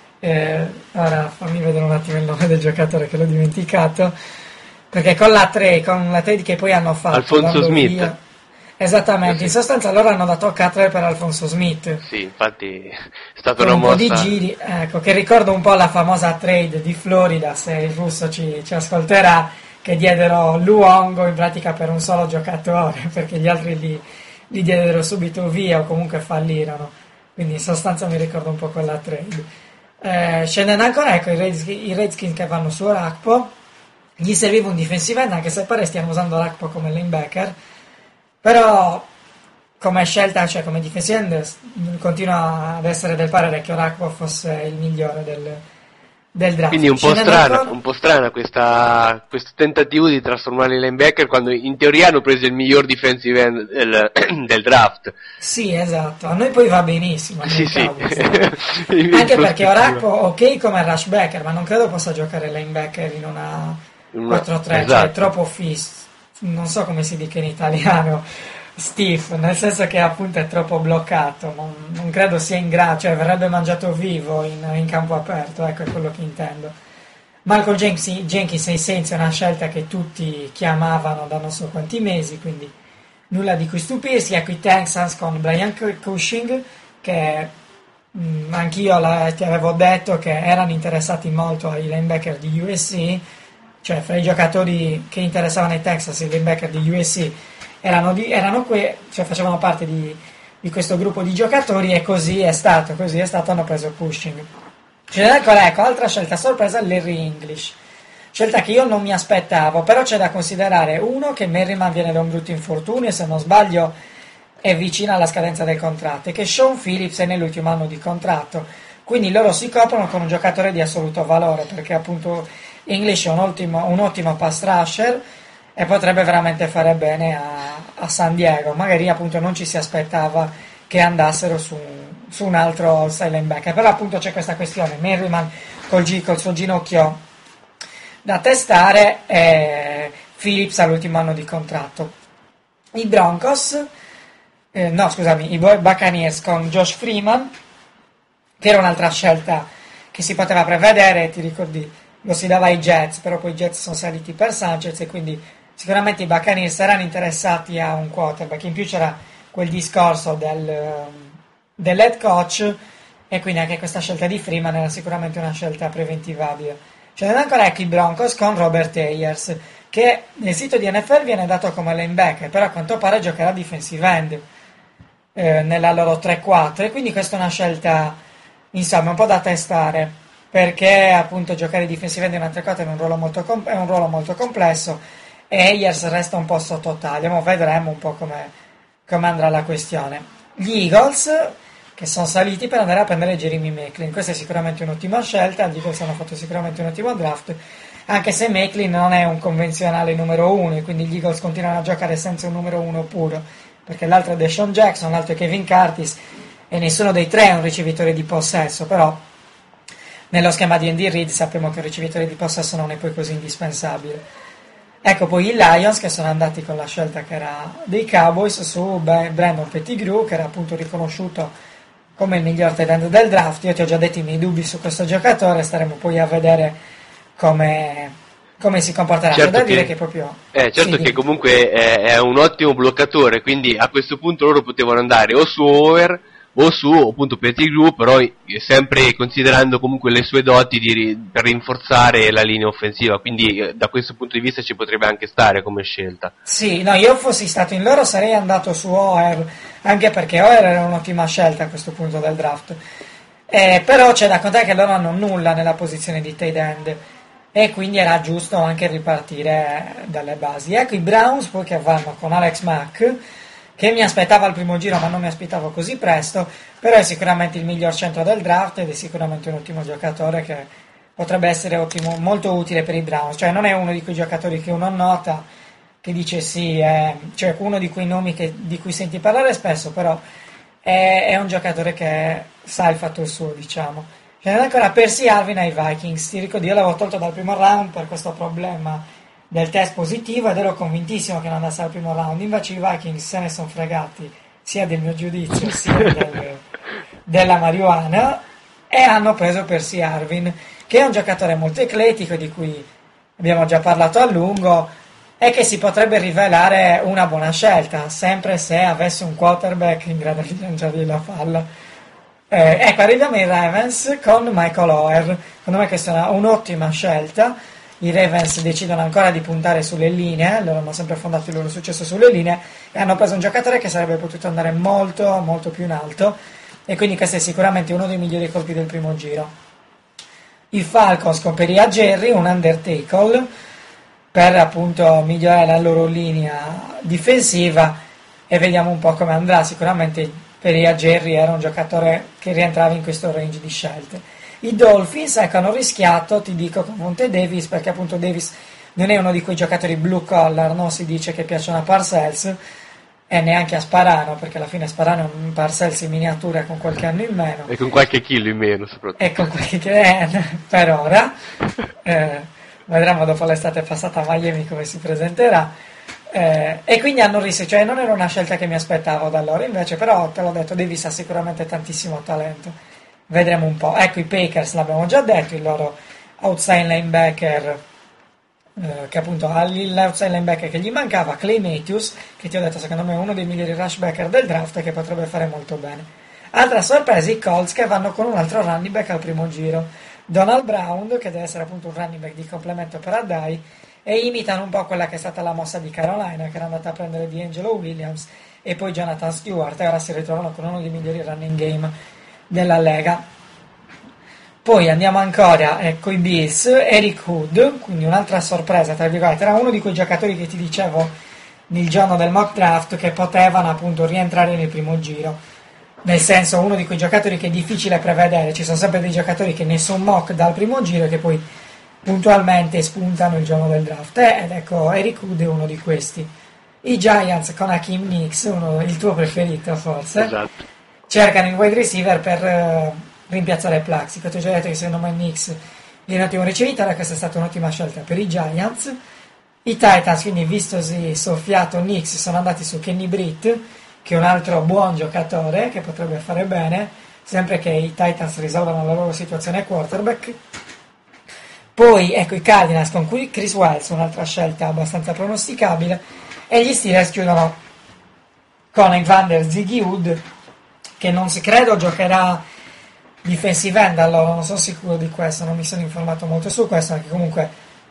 eh, ora fammi vedere un attimo il nome del giocatore che l'ho dimenticato, perché con la trade con la trade che poi hanno fatto Alfonso Smith via, esattamente, sì. In sostanza loro hanno dato Cutler per Alfonso Smith, sì, infatti è stata con una un po' mossa di giri, ecco, che ricorda un po' la famosa trade di Florida, se il russo ci, ci ascolterà, che diedero Luongo in pratica per un solo giocatore, perché gli altri li, li diedero subito via o comunque fallirono. Quindi in sostanza mi ricordo un po' quella trade. Eh, scendendo ancora, ecco, i Redskins, i Redskins che vanno su Rakpo, gli serviva un defensive end, anche se pare stiamo usando Rakpo come linebacker, però come scelta, cioè come defensive end, continua ad essere del parere che Rakpo fosse il migliore del del draft. Quindi un po' Scendendo strana, ancora, un po' strana questa, questo tentativo di trasformare in linebacker quando in teoria hanno preso il miglior defensive end del, del draft. sì, esatto, a noi poi va benissimo, a noi Sì, sì. Cowboys. Anche perché Orakpo ok come rushbacker, ma non credo possa giocare linebacker in una Una- quattro tre, cioè esatto. è troppo fis, non so come si dica in italiano, stiff, nel senso che appunto è troppo bloccato, non, non credo sia in grado, cioè verrebbe mangiato vivo in, in campo aperto, ecco, è quello che intendo. Malcolm Jenkins, Jenkins ai Saints è una scelta che tutti chiamavano da non so quanti mesi, quindi nulla di cui stupirsi. Ecco i Texans con Brian Cushing, che mh, anch'io la, ti avevo detto che erano interessati molto ai linebacker di U S C, cioè fra i giocatori che interessavano ai Texas, i linebacker di U S C erano, di, erano qui, cioè facevano parte di, di questo gruppo di giocatori, e così è stato, così è stato, hanno preso Cushing. Cioè, ecco, ecco, altra scelta sorpresa, Larry English. Scelta che io non mi aspettavo, però c'è da considerare, uno, che Merriman viene da un brutto infortunio e se non sbaglio è vicina alla scadenza del contratto, e che Sean Phillips è nell'ultimo anno di contratto, quindi loro si coprono con un giocatore di assoluto valore, perché appunto English è un ottimo, un ottimo pass rusher e potrebbe veramente fare bene a, a San Diego. Magari appunto non ci si aspettava che andassero su, su un altro outside linebacker, però appunto c'è questa questione, Merriman col, G, col suo ginocchio da testare, e Phillips all'ultimo anno di contratto. I Broncos, eh, no scusami, i Buccaneers con Josh Freeman, che era un'altra scelta che si poteva prevedere, ti ricordi, lo si dava ai Jets, però poi i Jets sono saliti per Sanchez, e quindi sicuramente i Buccaneers erano interessati a un quarterback. In più c'era quel discorso del, dell'head coach, e quindi anche questa scelta di Freeman era sicuramente una scelta preventivabile. C'è ancora ecco i Broncos con Robert Ayers, che nel sito di N F L viene dato come linebacker, però a quanto pare giocherà defensive end eh, nella loro tre quattro, e quindi questa è una scelta insomma un po' da testare, perché appunto giocare defensive end in una tre quattro è un ruolo molto, com- è un ruolo molto complesso, e Ayers resta un po' sottotaglio, ma vedremo un po' come, come andrà la questione. Gli Eagles, che sono saliti per andare a prendere Jeremy Maclin, questa è sicuramente un'ottima scelta, gli Eagles hanno fatto sicuramente un ottimo draft, anche se Maclin non è un convenzionale numero uno, e quindi gli Eagles continuano a giocare senza un numero uno puro, perché l'altro è Deshaun Jackson, l'altro è Kevin Curtis, e nessuno dei tre è un ricevitore di possesso, però nello schema di Andy Reid sappiamo che un ricevitore di possesso non è poi così indispensabile. Ecco poi i Lions, che sono andati con la scelta che era dei Cowboys su Brandon Pettigrew, che era appunto riconosciuto come il miglior tight end del draft. Io ti ho già detto i miei dubbi su questo giocatore, staremo poi a vedere come, come si comporterà. Certo C'è da che, dire che proprio eh, certo sì, che comunque è, è un ottimo bloccatore, quindi a questo punto loro potevano andare o su Over o su appunto Pettigrew, però sempre considerando comunque le sue doti di, per rinforzare la linea offensiva, quindi eh, da questo punto di vista ci potrebbe anche stare come scelta. Sì, no, io fossi stato in loro sarei andato su Oher, anche perché Oher era un'ottima scelta a questo punto del draft, eh, però c'è da contare che loro hanno nulla nella posizione di tight end, e quindi era giusto anche ripartire dalle basi. Ecco i Browns poi che vanno con Alex Mack, che mi aspettavo al primo giro ma non mi aspettavo così presto, però è sicuramente il miglior centro del draft ed è sicuramente un ottimo giocatore che potrebbe essere ottimo, molto utile per i Browns, cioè non è uno di quei giocatori che uno nota, che dice sì, è, cioè uno di quei nomi che, di cui senti parlare spesso, però è, è un giocatore che sa il fatto suo, diciamo. C'è ancora Percy Harvin ai Vikings, ti ricordi, io l'avevo tolto dal primo round per questo problema del test positivo ed ero convintissimo che non andasse al primo round, invece i Vikings se ne sono fregati sia del mio giudizio sia del, della marijuana, e hanno preso Percy Harvin, che è un giocatore molto eclettico di cui abbiamo già parlato a lungo e che si potrebbe rivelare una buona scelta sempre se avesse un quarterback in grado di lanciargli la palla. Eh, ecco, arriviamo ai Ravens con Michael Oher, secondo me questa è una, un'ottima scelta. I Ravens decidono ancora di puntare sulle linee, loro hanno sempre fondato il loro successo sulle linee, e hanno preso un giocatore che sarebbe potuto andare molto molto più in alto, e quindi questo è sicuramente uno dei migliori colpi del primo giro. I Falcons con Peria Jerry, un under tackle per appunto migliorare la loro linea difensiva, e vediamo un po' come andrà. Sicuramente Peria Jerry era un giocatore che rientrava in questo range di scelte. I Dolphins ecco, hanno rischiato, ti dico, con Monte Davis, perché appunto Davis non è uno di quei giocatori blue collar, non si dice che piacciono a Parcells e neanche a Sparano, perché alla fine Sparano è un Parcells in miniatura con qualche anno in meno e con qualche chilo in meno soprattutto, e con qualche eh, per ora eh, vedremo dopo l'estate passata a Miami come si presenterà, eh, e quindi hanno rischiato, cioè non era una scelta che mi aspettavo da loro, invece però te l'ho detto, Davis ha sicuramente tantissimo talento. Vedremo un po'. Ecco i Packers, l'abbiamo già detto, il loro outside linebacker, eh, che appunto ha l'outside linebacker che gli mancava, Clay Matthews, che ti ho detto secondo me è uno dei migliori rushbacker del draft e che potrebbe fare molto bene. Altra sorpresa, i Colts che vanno con un altro running back al primo giro, Donald Brown, che deve essere appunto un running back di complemento per Adai, e imitano un po' quella che è stata la mossa di Carolina, che era andata a prendere D'Angelo Williams e poi Jonathan Stewart, e ora si ritrovano con uno dei migliori running game della Lega. Poi andiamo ancora eh, con i Bills, Eric Hood, quindi un'altra sorpresa, tra virgolette, era uno di quei giocatori che ti dicevo il giorno del mock draft che potevano appunto rientrare nel primo giro, nel senso uno di quei giocatori che è difficile prevedere, ci sono sempre dei giocatori che nessun mock dal primo giro e che poi puntualmente spuntano il giorno del draft, ed ecco Eric Hood è uno di questi. I Giants con Hakeem Nicks, uno, il tuo preferito forse, Esatto. cercano il wide receiver per uh, rimpiazzare Plaxico. Ti ho già detto che secondo me Nicks viene un ottimo ricevitore, questa è stata un'ottima scelta per i Giants. I Titans, quindi vistosi soffiato Nicks, sono andati su Kenny Britt, che è un altro buon giocatore che potrebbe fare bene, sempre che i Titans risolvano la loro situazione quarterback. Poi ecco i Cardinals con cui Chris Wells, un'altra scelta abbastanza pronosticabile, e gli Steelers chiudono con Evander Ziggy-Wood, che non si credo giocherà defensive end, allora non sono sicuro di questo, non mi sono informato molto su questo, perché comunque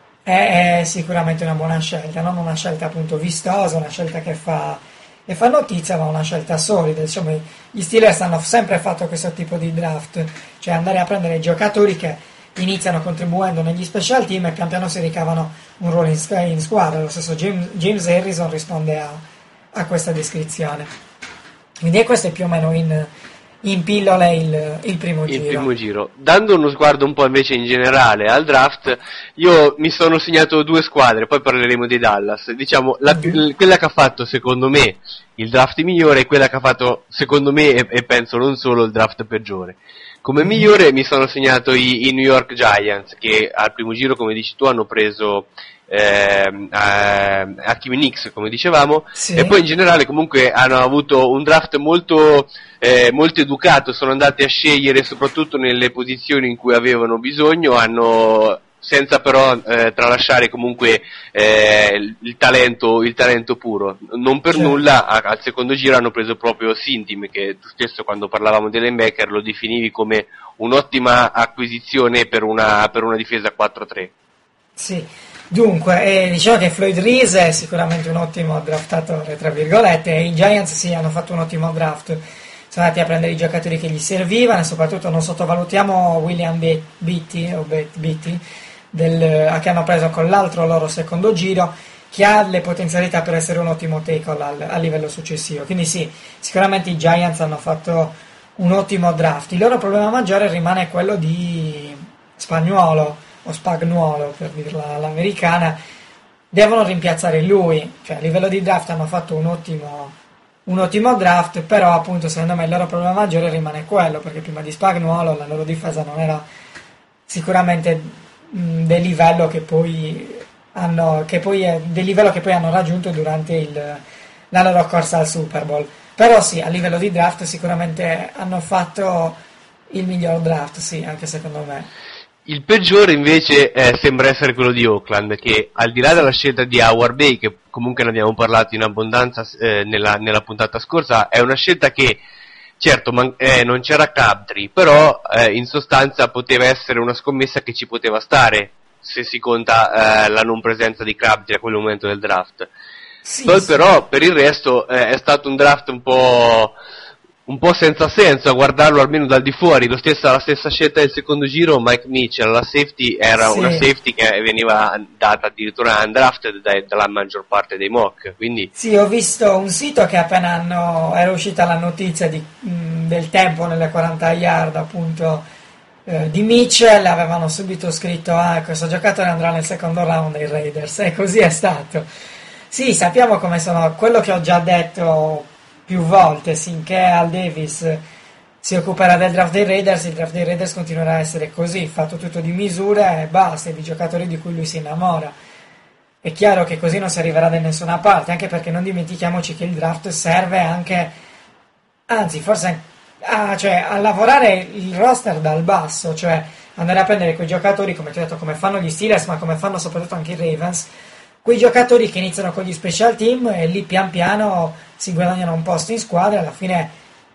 è, è sicuramente una buona scelta, non una scelta appunto vistosa, una scelta che fa, che fa notizia, ma una scelta solida. Diciamo, gli Steelers hanno sempre fatto questo tipo di draft, cioè andare a prendere giocatori che iniziano contribuendo negli special team e pian piano si ricavano un ruolo in, in squadra. Lo stesso James, James Harrison risponde a, a questa descrizione. Quindi questo è più o meno in, in pillole il, il primo il giro. primo giro. Dando uno sguardo un po' invece in generale al draft, io mi sono segnato due squadre, poi parleremo di Dallas. Diciamo, la, Mm-hmm. quella che ha fatto secondo me il draft migliore e quella che ha fatto secondo me, e, e penso non solo, il draft peggiore. Come migliore mi sono segnato i, i New York Giants, che al primo giro, come dici tu, hanno preso eh, Hakeem Nicks, come dicevamo, Sì. e poi in generale comunque hanno avuto un draft molto, eh, molto educato, sono andati a scegliere soprattutto nelle posizioni in cui avevano bisogno, hanno senza però eh, tralasciare comunque eh, il, il talento il talento puro. Non per Certo. nulla a, al secondo giro hanno preso proprio Sintim, che tu stesso quando parlavamo dei linebacker lo definivi come un'ottima acquisizione per una, per una difesa quattro tre. Sì, dunque, eh, diciamo che Floyd Reese è sicuramente un ottimo draftatore, tra virgolette, e i Giants sì, hanno fatto un ottimo draft, sono andati a prendere i giocatori che gli servivano, e soprattutto non sottovalutiamo William Be- Beatty, o Be- Beatty del, che hanno preso con l'altro loro secondo giro, che ha le potenzialità per essere un ottimo tackle al, a livello successivo. Quindi sì, sicuramente i Giants hanno fatto un ottimo draft. Il loro problema maggiore rimane quello di Spagnuolo, o Spagnuolo per dirla all'americana. Devono rimpiazzare lui, cioè a livello di draft hanno fatto un ottimo un ottimo draft, però appunto secondo me il loro problema maggiore rimane quello, perché prima di Spagnuolo la loro difesa non era sicuramente mh, del livello che poi hanno che poi è, del livello che poi hanno raggiunto durante il, la loro corsa al Super Bowl. Però sì, a livello di draft sicuramente hanno fatto il miglior draft, sì, anche secondo me. Il peggiore invece eh, sembra essere quello di Oakland, che al di là della scelta di Howard Bay, che comunque ne abbiamo parlato in abbondanza eh, nella, nella puntata scorsa, è una scelta che certo man- eh, non c'era Crabtree, però eh, in sostanza poteva essere una scommessa che ci poteva stare, se si conta eh, la non presenza di Crabtree a quel momento del draft. Sì, Poi sì. però per il resto eh, è stato un draft un po' un po' senza senso a guardarlo almeno dal di fuori. Lo stessa, la stessa scelta del secondo giro, Mike Mitchell, la safety era Sì. una safety che veniva data addirittura undrafted dai, dalla maggior parte dei mock, quindi Sì, ho visto un sito che appena hanno, era uscita la notizia di, mh, del tempo nelle quaranta yard appunto eh, di Mitchell, avevano subito scritto ah, questo giocatore andrà nel secondo round dei Raiders, e così è stato. Sì, sappiamo come sono, quello che ho già detto più volte, finché Al Davis si occuperà del draft dei Raiders, il draft dei Raiders continuerà a essere così, fatto tutto di misura e basta, e di giocatori di cui lui si innamora. È chiaro che così non si arriverà da nessuna parte, anche perché non dimentichiamoci che il draft serve anche, anzi forse a, cioè, a lavorare il roster dal basso, cioè andare a prendere quei giocatori, come ti ho detto, come fanno gli Steelers, ma come fanno soprattutto anche i Ravens, quei giocatori che iniziano con gli special team e lì pian piano si guadagnano un posto in squadra, alla fine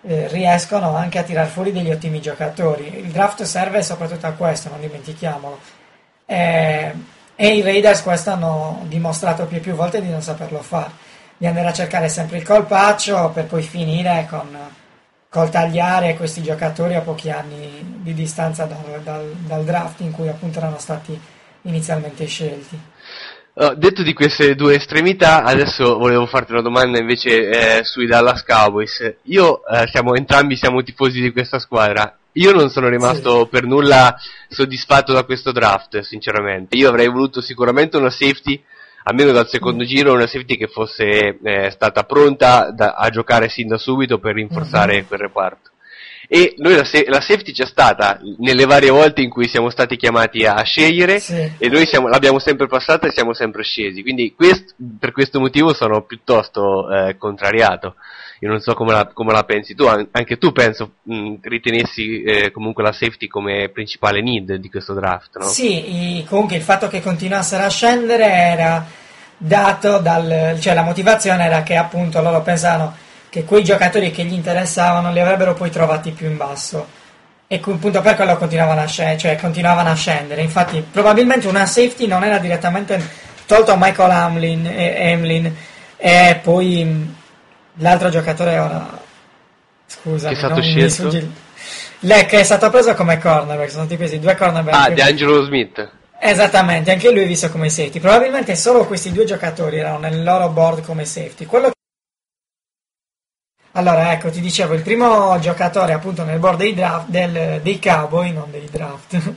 eh, riescono anche a tirar fuori degli ottimi giocatori. Il draft serve soprattutto a questo, non dimentichiamolo. Eh, e i Raiders questo hanno dimostrato più e più volte di non saperlo fare, di andare a cercare sempre il colpaccio per poi finire con col tagliare questi giocatori a pochi anni di distanza dal, dal, dal draft in cui appunto erano stati inizialmente scelti. Uh, detto di queste due estremità, adesso volevo farti una domanda invece eh, sui Dallas Cowboys. Io, eh, siamo entrambi siamo tifosi di questa squadra. Io non sono rimasto sì. per nulla soddisfatto da questo draft, sinceramente. Io avrei voluto sicuramente una safety, almeno dal secondo mm. giro, una safety che fosse eh, stata pronta da, a giocare sin da subito per rinforzare mm-hmm. quel reparto. E noi la, la safety c'è stata nelle varie volte in cui siamo stati chiamati a scegliere sì. e noi siamo, l'abbiamo sempre passata e siamo sempre scesi, quindi quest, per questo motivo sono piuttosto eh, contrariato. Io non so come la, come la pensi tu, anche tu penso mh, ritenessi eh, comunque la safety come principale need di questo draft, no? Sì, i, comunque il fatto che continuassero a scendere era dato dal, cioè la motivazione era che appunto loro pensavano che quei giocatori che gli interessavano li avrebbero poi trovati più in basso e appunto per quello continuavano a scendere, cioè continuavano a scendere. Infatti probabilmente una safety non era direttamente tolto Michael Hamlin e Hamlin e poi l'altro giocatore ora scusa che è stato scelto lei che è stato preso come cornerback, sono stati presi due cornerback. Ah, DeAngelo Smith. Esattamente, anche lui è visto come safety. Probabilmente solo questi due giocatori erano nel loro board come safety. Quello Allora, ecco, ti dicevo, il primo giocatore appunto nel board dei draft del, dei Cowboy, non dei draft,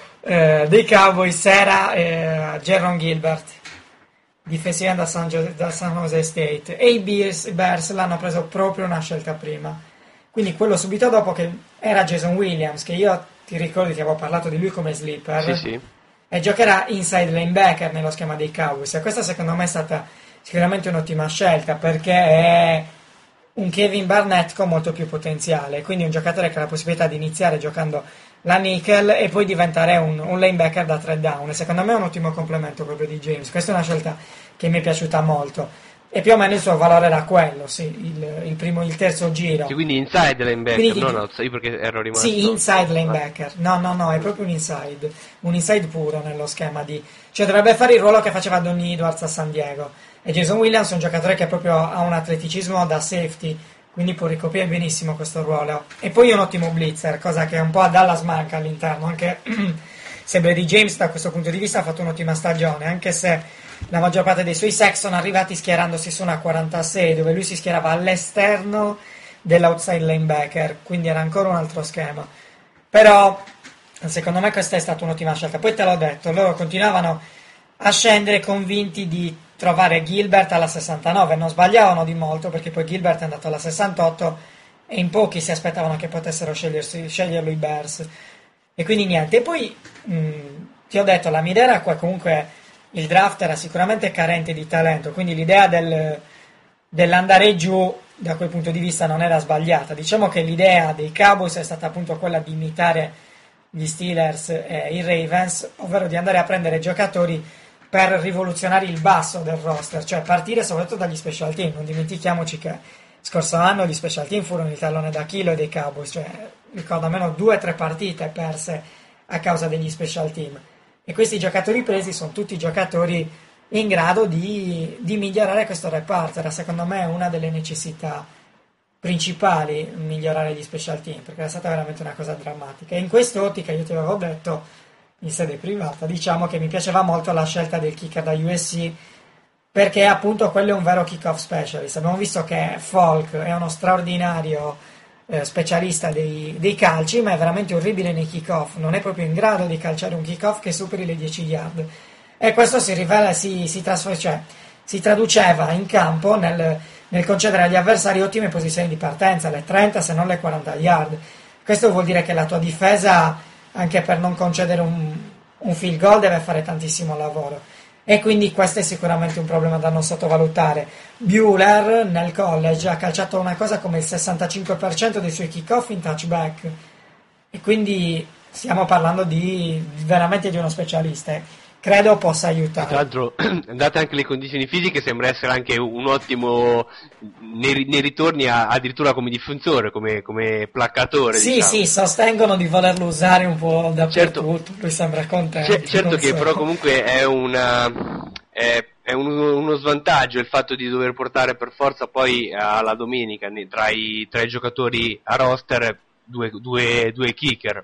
eh, dei Cowboys era eh, Jaron Gilbert, difensivo da San, Jose, da San Jose State, e i Bears, Bears l'hanno preso proprio una scelta prima. Quindi quello subito dopo che era Jason Williams, che io ti ricordi ti avevo parlato di lui come sleeper, sì, sì. e giocherà inside linebacker nello schema dei Cowboys. E questa secondo me è stata sicuramente un'ottima scelta perché è un Kevin Barnett con molto più potenziale, quindi un giocatore che ha la possibilità di iniziare giocando la nickel e poi diventare un, un linebacker da tre down, e secondo me è un ottimo complemento proprio di James. Questa è una scelta che mi è piaciuta molto e più o meno il suo valore era quello, sì, il, il primo il terzo giro. Sì, quindi inside linebacker, quindi, non outside, perché ero rimasto... Sì, inside linebacker, no no no, è proprio un inside, un inside puro nello schema di... cioè dovrebbe fare il ruolo che faceva Donny Edwards a San Diego. E Jason Williams è un giocatore che proprio ha un atleticismo da safety, quindi può ricoprire benissimo questo ruolo. E poi è un ottimo blitzer, cosa che un po' a Dallas manca all'interno, anche se Brady James da questo punto di vista ha fatto un'ottima stagione, anche se la maggior parte dei suoi sack sono arrivati schierandosi su una quarantasei, dove lui si schierava all'esterno dell'outside linebacker, quindi era ancora un altro schema. Però secondo me questa è stata un'ottima scelta. Poi te l'ho detto, loro continuavano a scendere convinti di trovare Gilbert alla sessantanove, non sbagliavano di molto perché poi Gilbert è andato alla sessantotto e in pochi si aspettavano che potessero scegliersi, sceglierlo i Bears, e quindi niente. E poi mh, ti ho detto, la mia idea era qua, comunque il draft era sicuramente carente di talento, quindi l'idea del, dell'andare giù da quel punto di vista non era sbagliata. Diciamo che l'idea dei Cowboys è stata appunto quella di imitare gli Steelers e i Ravens, ovvero di andare a prendere giocatori per rivoluzionare il basso del roster, cioè partire soprattutto dagli special team. Non dimentichiamoci che scorso anno gli special team furono il tallone d'Achille dei Cowboys, cioè ricordo almeno due o tre partite perse a causa degli special team, e questi giocatori presi sono tutti giocatori in grado di, di migliorare questo reparto. Era secondo me una delle necessità principali migliorare gli special team, perché era stata veramente una cosa drammatica. E in quest'ottica io ti avevo detto in sede privata, diciamo che mi piaceva molto la scelta del kicker da U S C, perché appunto quello è un vero kick-off specialist. Abbiamo visto che Falk è uno straordinario eh, specialista dei, dei calci, ma è veramente orribile nei kick-off, non è proprio in grado di calciare un kick-off che superi le dieci yard, e questo si rivela, si, si, trasfer- cioè, si traduceva in campo nel, nel concedere agli avversari ottime posizioni di partenza, le trenta se non le quaranta yard. Questo vuol dire che la tua difesa, anche per non concedere un, un field goal, deve fare tantissimo lavoro, e quindi questo è sicuramente un problema da non sottovalutare. Buehler nel college ha calciato una cosa come il sessantacinque per cento dei suoi kick-off in touchback, e quindi stiamo parlando di veramente di uno specialista. credo possa Tra aiutare. l'altro, date anche le condizioni fisiche, sembra essere anche un ottimo nei, ri- nei ritorni a- addirittura come difensore, come, come placcatore. Sì, diciamo. sì, sostengono di volerlo usare un po' Certo. dappertutto, lui sembra contento. C- certo non che so. però comunque è una è, è uno, uno svantaggio il fatto di dover portare per forza poi alla domenica ne- tra i, tra i giocatori a roster due, due, due kicker.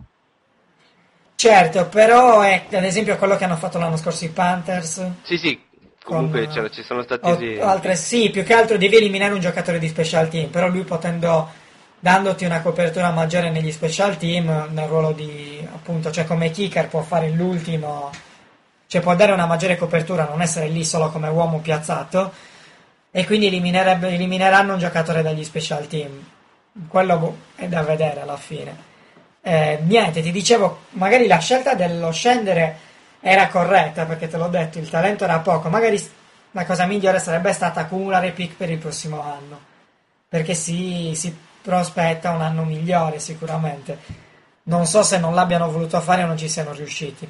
Certo, però è ad esempio quello che hanno fatto l'anno scorso i Panthers. Sì, sì, comunque Con, c'era- ci sono stati o- esempi. altre sì, più che altro devi eliminare un giocatore di special team, però lui potendo dandoti una copertura maggiore negli special team nel ruolo di appunto, cioè come kicker può fare l'ultimo, cioè può dare una maggiore copertura, non essere lì solo come uomo piazzato, e quindi eliminerebbe- elimineranno un giocatore dagli special team. Quello boh, è da vedere alla fine. Eh, niente, ti dicevo, magari la scelta dello scendere era corretta, perché te l'ho detto, il talento era poco, magari la cosa migliore sarebbe stata accumulare pick per il prossimo anno, perché si, si prospetta un anno migliore sicuramente. Non so se non l'abbiano voluto fare o non ci siano riusciti.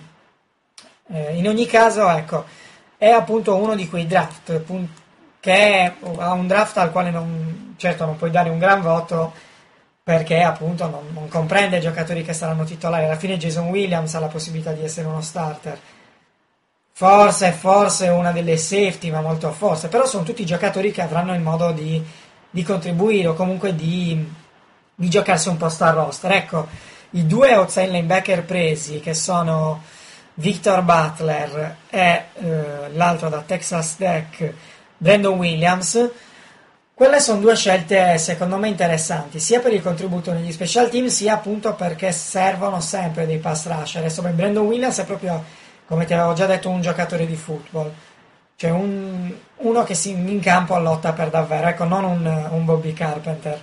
Eh, in ogni caso, ecco, è appunto uno di quei draft pun- che ha un draft al quale non, certo non puoi dare un gran voto, perché appunto non, non comprende i giocatori che saranno titolari. Alla fine Jason Williams ha la possibilità di essere uno starter, forse forse una delle safety, ma molto forse, però sono tutti giocatori che avranno il modo di, di contribuire o comunque di, di giocarsi un posto al roster. Ecco, i due outside linebacker presi, che sono Victor Butler e eh, l'altro da Texas Tech, Brandon Williams, quelle sono due scelte secondo me interessanti, sia per il contributo negli special team, sia appunto perché servono sempre dei pass rusher. Adesso beh, Brandon Williams è proprio, come ti avevo già detto, un giocatore di football, cioè un, uno che si in campo lotta per davvero, ecco, non un, un Bobby Carpenter.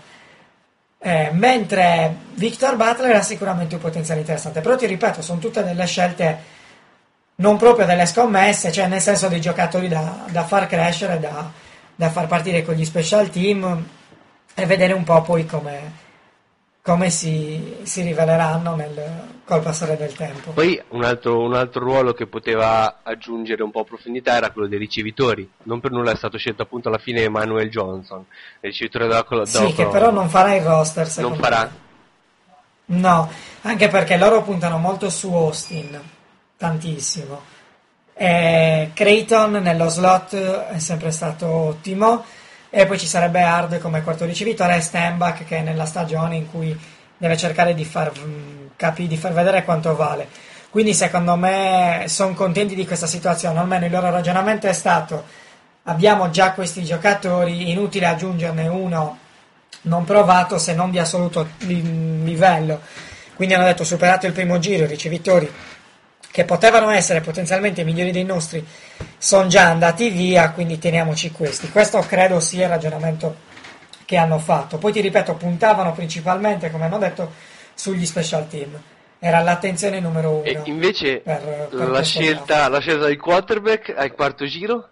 Eh, mentre Victor Butler ha sicuramente un potenziale interessante, però ti ripeto, sono tutte delle scelte non proprio delle scommesse, cioè nel senso dei giocatori da, da far crescere, da, da far partire con gli special team e vedere un po' poi come, come si, si riveleranno nel, col passare del tempo. Poi un altro, un altro ruolo che poteva aggiungere un po' profondità era quello dei ricevitori. Non per nulla è stato scelto appunto alla fine Emmanuel Johnson, il ricevitore della Col- Sì, della che Col- però non farà il roster, secondo non farà? me. No, anche perché loro puntano molto su Austin, tantissimo. E Creighton nello slot è sempre stato ottimo, e poi ci sarebbe Hard come quarto ricevitore e Stenbach che è nella stagione in cui deve cercare di far, capi, di far vedere quanto vale. Quindi secondo me sono contenti di questa situazione, almeno il loro ragionamento è stato: abbiamo già questi giocatori, inutile aggiungerne uno non provato se non di assoluto li- livello. Quindi hanno detto, superato il primo giro, i ricevitori che potevano essere potenzialmente migliori dei nostri sono già andati via, quindi teniamoci questi. Questo credo sia il ragionamento che hanno fatto. Poi ti ripeto, puntavano principalmente, come hanno detto, sugli special team. Era l'attenzione numero uno. E invece per- per la, questo scelta, la scelta del quarterback al quarto giro?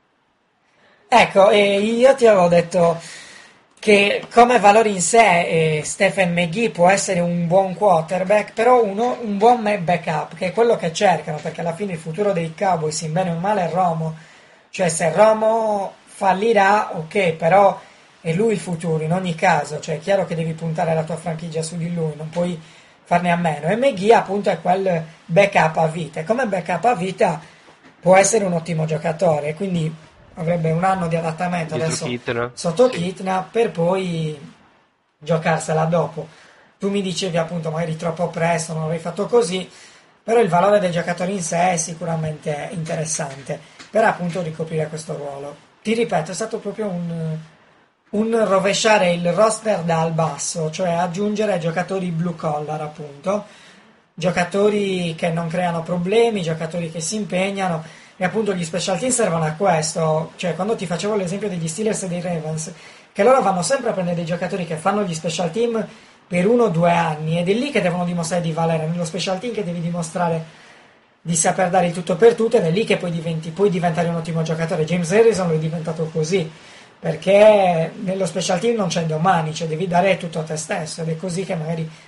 Ecco, e io ti avevo detto che come valore in sé eh, Stephen McGee può essere un buon quarterback, però uno, un buon backup, che è quello che cercano, perché alla fine il futuro dei Cowboys, in bene o in male, è Romo. Cioè se Romo fallirà, ok, però è lui il futuro in ogni caso, cioè è chiaro che devi puntare la tua franchigia su di lui, non puoi farne a meno. E McGee appunto è quel backup a vita, e come backup a vita può essere un ottimo giocatore, quindi avrebbe un anno di adattamento Dietro adesso Kitna. sotto Sì. Kitna, per poi giocarsela dopo. Tu mi dicevi appunto magari troppo presto, non avrei fatto così, però il valore del giocatore in sé è sicuramente interessante per appunto ricoprire questo ruolo. Ti ripeto, è stato proprio un, un rovesciare il roster dal basso, cioè aggiungere giocatori blue collar appunto, giocatori che non creano problemi, giocatori che si impegnano. E appunto gli special team servono a questo, cioè quando ti facevo l'esempio degli Steelers e dei Ravens, che loro vanno sempre a prendere dei giocatori che fanno gli special team per uno o due anni, ed è lì che devono dimostrare di valere, nello special team che devi dimostrare di saper dare il tutto per tutto, ed è lì che poi diventi, puoi diventare un ottimo giocatore. James Harrison è diventato così, perché nello special team non c'è domani, cioè devi dare tutto a te stesso, ed è così che magari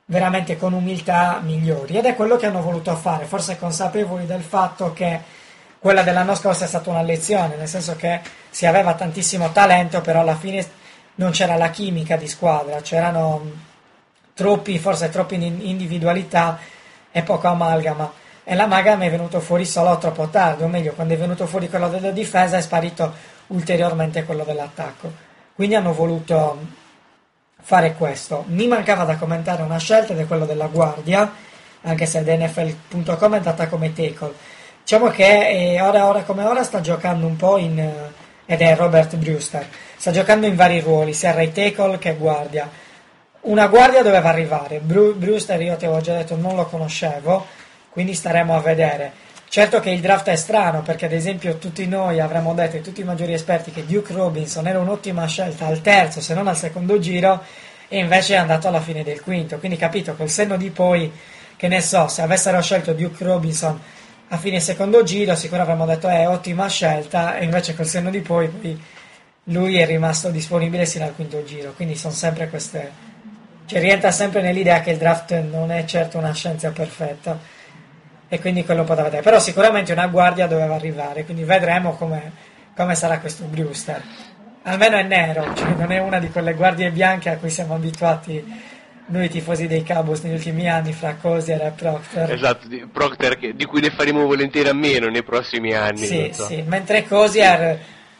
veramente con umiltà migliori, ed è quello che hanno voluto fare, forse consapevoli del fatto che quella dell'anno scorso è stata una lezione, nel senso che si aveva tantissimo talento, però alla fine non c'era la chimica di squadra, c'erano troppi, forse troppe individualità e poco amalgama, e l'amalgama è venuto fuori solo troppo tardi, o meglio, quando è venuto fuori quello della difesa è sparito ulteriormente quello dell'attacco, quindi hanno voluto fare questo. Mi mancava da commentare una scelta ed è quello della guardia, anche se da N F L punto com è andata come tackle. Diciamo che eh, ora, ora come ora sta giocando un po' in eh, ed è Robert Brewster, sta giocando in vari ruoli, sia right tackle che guardia. Una guardia doveva arrivare, Bru- Brewster io ti avevo già detto non lo conoscevo, quindi staremo a vedere. Certo che il draft è strano, perché ad esempio tutti noi avremmo detto, e tutti i maggiori esperti, che Duke Robinson era un'ottima scelta al terzo se non al secondo giro, e invece è andato alla fine del quinto, quindi capito, col senno di poi, che ne so, se avessero scelto Duke Robinson a fine secondo giro sicuro avremmo detto è eh, ottima scelta, e invece col senno di poi, poi lui è rimasto disponibile sino al quinto giro, quindi sono sempre queste, cioè rientra sempre nell'idea che il draft non è certo una scienza perfetta, e quindi quello un po' da vedere, però sicuramente una guardia doveva arrivare, quindi vedremo come, come sarà questo Brewster. Almeno è nero, cioè non è una di quelle guardie bianche a cui siamo abituati noi tifosi dei Cowboys negli ultimi anni, fra Cozier e Proctor. Esatto, di, Proctor, che, di cui ne faremo volentieri a meno nei prossimi anni. Sì, so. sì, mentre Cozier,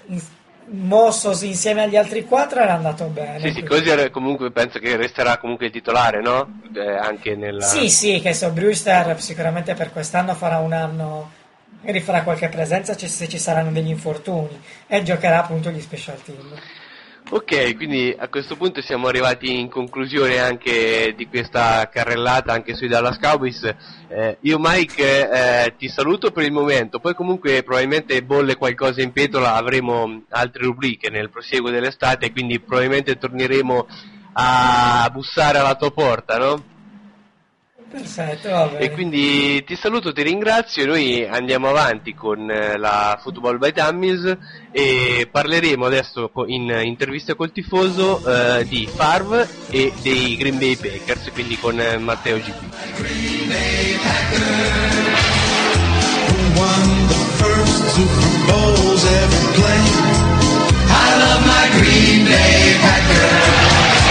mosso insieme agli altri quattro, era andato bene. Sì, sì, Cozier comunque penso che resterà comunque il titolare, no? Eh, anche nella... Sì, sì, che so, Brewster sicuramente per quest'anno farà un anno, magari farà qualche presenza se ci saranno degli infortuni, e giocherà appunto gli special team. Ok, quindi a questo punto siamo arrivati in conclusione anche di questa carrellata anche sui Dallas Cowboys. Eh, io Mike eh, ti saluto per il momento, poi comunque probabilmente bolle qualcosa in pentola, avremo altre rubriche nel proseguo dell'estate, quindi probabilmente torneremo a bussare alla tua porta, no? Perfetto, va bene. E quindi ti saluto, ti ringrazio, e noi andiamo avanti con eh, la Football by Dummies e parleremo adesso co- in intervista col tifoso eh, di Favre e dei Green Bay Packers, quindi con eh, Matteo G P. Green Bay Packers, who won the first Super Bowls ever played. I love my Green Bay Packers.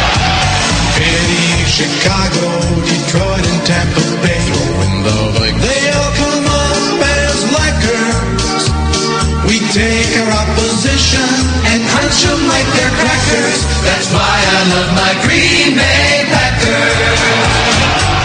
Philly, Chicago, Detroit, and Tampa Bay. Throwing the Vikings. They all come up as Lakers. We take our opposition and crunch them like they're crackers. That's why I love my Green Bay Packers.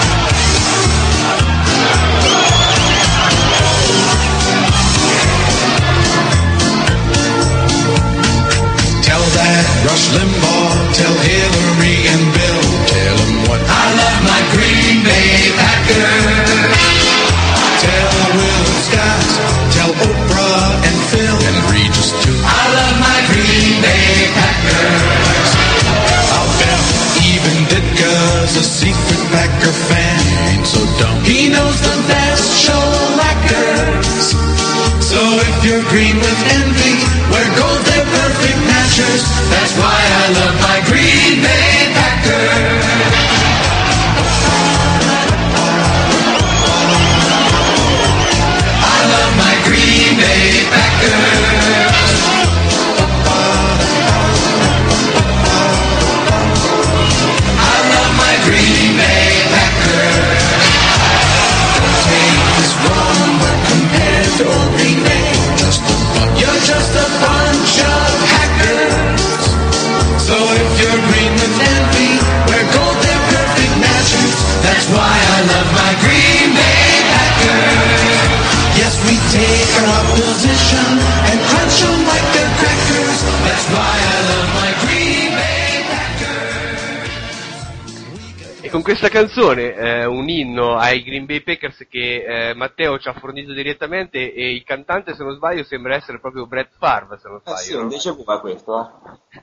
Tell that Rush Limbaugh, tell Hillary and Bill, tell them what I love my Green Bay Packers. Tell Will Scott, tell Oprah and Phil, and Regis too. I love my Green Bay Packers. I'll bet even Ditka's a secret Packer fan. He ain't so dumb. He knows the best show lacquers. So if you're green with envy, wear gold, they're perfect matchers. That's why I love my Green Bay Packers. I love my Green Bay Packers. I love my Green Bay Packers. Don't take this wrong, but compared to old Green Bay, just a bunch. You're just a bunch of hackers. So if you're green with envy, wear gold, they're perfect matchers. That's why I love my Green Bay Packers. Yes, we take our opposition and crunch them like they're crackers. That's why I love my Green Bay Packers. E con questa canzone, eh, un inno ai Green Bay Packers che eh, Matteo ci ha fornito direttamente, e il cantante, se non sbaglio, sembra essere proprio Brett Favre, se non Eh sbaglio. sì, no? invece qua questo, eh.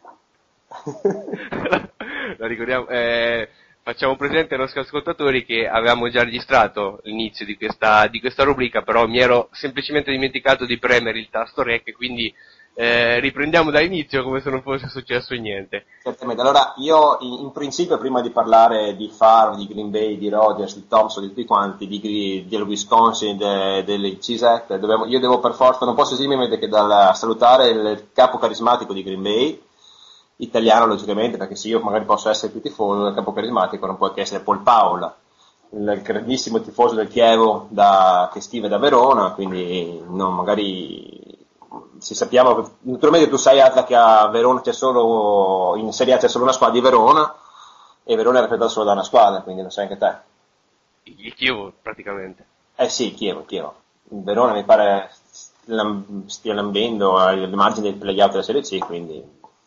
Lo ricordiamo, eh, facciamo presente ai nostri ascoltatori che avevamo già registrato l'inizio di questa, di questa rubrica, però mi ero semplicemente dimenticato di premere il tasto rec, quindi eh, riprendiamo dall'inizio come se non fosse successo niente. Certamente. Allora, io in, in principio, prima di parlare di Favre, di Green Bay, di Rodgers, di Thompson, di tutti quanti, di, del Wisconsin, de, delle Cisek, io devo per forza, non posso esimermi che dal salutare il capo carismatico di Green Bay, italiano logicamente, perché se io magari posso essere più tifoso, il capo carismatico non può che essere Paul Paul, il grandissimo tifoso del Chievo da, che scrive da Verona, quindi no, magari se sappiamo che naturalmente tu sai Atla che a Verona c'è solo in Serie A c'è solo una squadra di Verona e Verona è rappresentata solo da una squadra, quindi lo sai anche te. Il Chievo praticamente. Eh sì, Chievo, Chievo. Il Verona mi pare stia lambendo ai margini del play-out della Serie C, quindi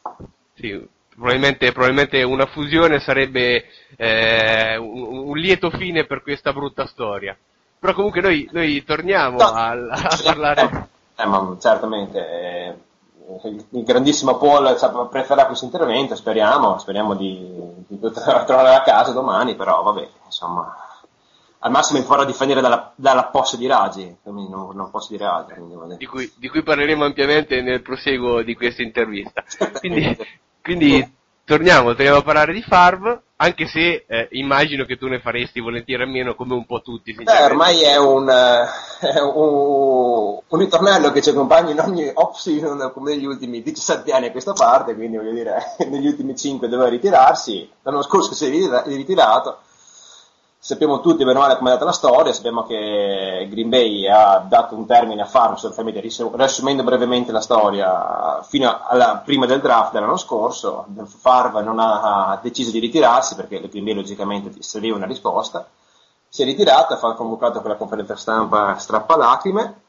sì, probabilmente, probabilmente una fusione sarebbe eh, un, un lieto fine per questa brutta storia. Però comunque noi, noi torniamo no, a, a parlare. Eh, ma certamente eh, il, il grandissimo Paul apprezzerà questo intervento, speriamo, speriamo di, di tornare a casa domani, però vabbè, insomma, al massimo mi vorrà difendere dalla, dalla posta di Raggi, quindi non, non posso dire altro. Quindi, di, cui, di cui parleremo ampiamente nel proseguo di questa intervista. Quindi, quindi torniamo, torniamo a parlare di Favre, anche se eh, immagino che tu ne faresti volentieri a meno, come un po' tutti. Beh, ormai è un, è un, un ritornello che ci accompagna in ogni off-season come negli ultimi diciassette anni a questa parte, quindi voglio dire, negli ultimi cinque doveva ritirarsi, l'anno scorso si è ritirato. Sappiamo tutti bene o male come è andata la storia, sappiamo che Green Bay ha dato un termine a Favre, sostanzialmente riassumendo brevemente la storia, fino alla prima del draft dell'anno scorso. Favre non ha deciso di ritirarsi perché Green Bay logicamente serviva una risposta, si è ritirato, ha convocato quella conferenza stampa strappalacrime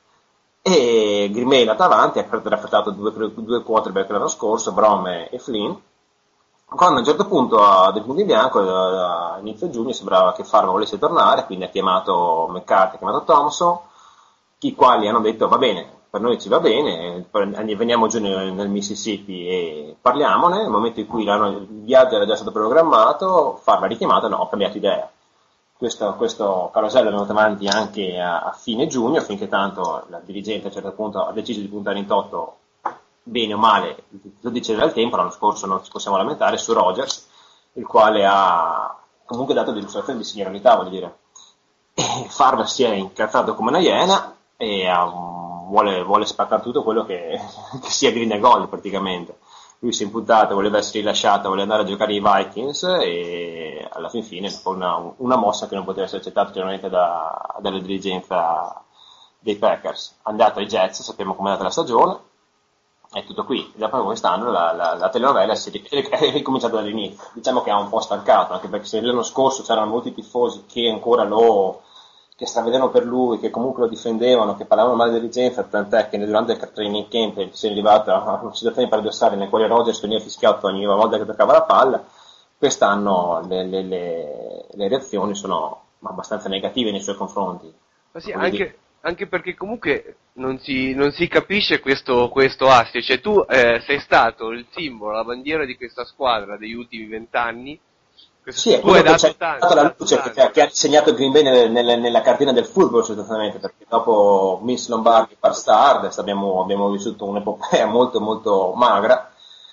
e Green Bay è andato avanti, ha draftato due, due quarterback l'anno scorso, Brome e Flynn. Quando a un certo punto, a del punto in bianco, a inizio giugno, sembrava che Favre volesse tornare, quindi ha chiamato McCarthy, ha chiamato Thompson, i quali hanno detto va bene, per noi ci va bene, veniamo giù nel, nel Mississippi e parliamone. Nel momento in cui il viaggio era già stato programmato, Favre ha richiamato, no, ho cambiato idea. Questo, questo carosello è venuto avanti anche a, a fine giugno, finché tanto la dirigente a un certo punto ha deciso di puntare in toto, bene o male, lo dice dal tempo, l'anno scorso non ci possiamo lamentare, su Rodgers, il quale ha comunque dato dimostrazioni di signorilità, voglio dire. E Favre si è incazzato come una iena e ha, vuole, vuole spaccare tutto quello che, che sia green e gold praticamente. Lui si è imputato, voleva essere rilasciato, voleva andare a giocare ai Vikings e alla fin fine fu una, una mossa che non poteva essere accettata generalmente da, dalla dirigenza dei Packers. È andato ai Jets, sappiamo com'è andata la stagione. È tutto qui, dopo quest'anno la, la, la telenovela si è, è ricominciata dall'inizio. Diciamo che ha un po' stancato, anche perché se l'anno scorso c'erano molti tifosi che ancora lo che stravedevano per lui, che comunque lo difendevano, che parlavano male della dirigenza, tant'è che durante il training camp si è arrivata a una situazione paradossale nella quale Rodgers veniva fischiato ogni volta che toccava la palla. Quest'anno le, le, le, le reazioni sono abbastanza negative nei suoi confronti. Ma sì, anche, anche perché comunque non si, non si capisce questo, questo astio, cioè tu eh, sei stato il simbolo, la bandiera di questa squadra degli ultimi vent'anni. Sì, è quello che c'è dato la luce che, che ha segnato Green Bay nel, nel, nella cartina del football sostanzialmente, perché dopo Miss Lombardi e Par Stardust abbiamo, abbiamo vissuto un'epopea molto molto magra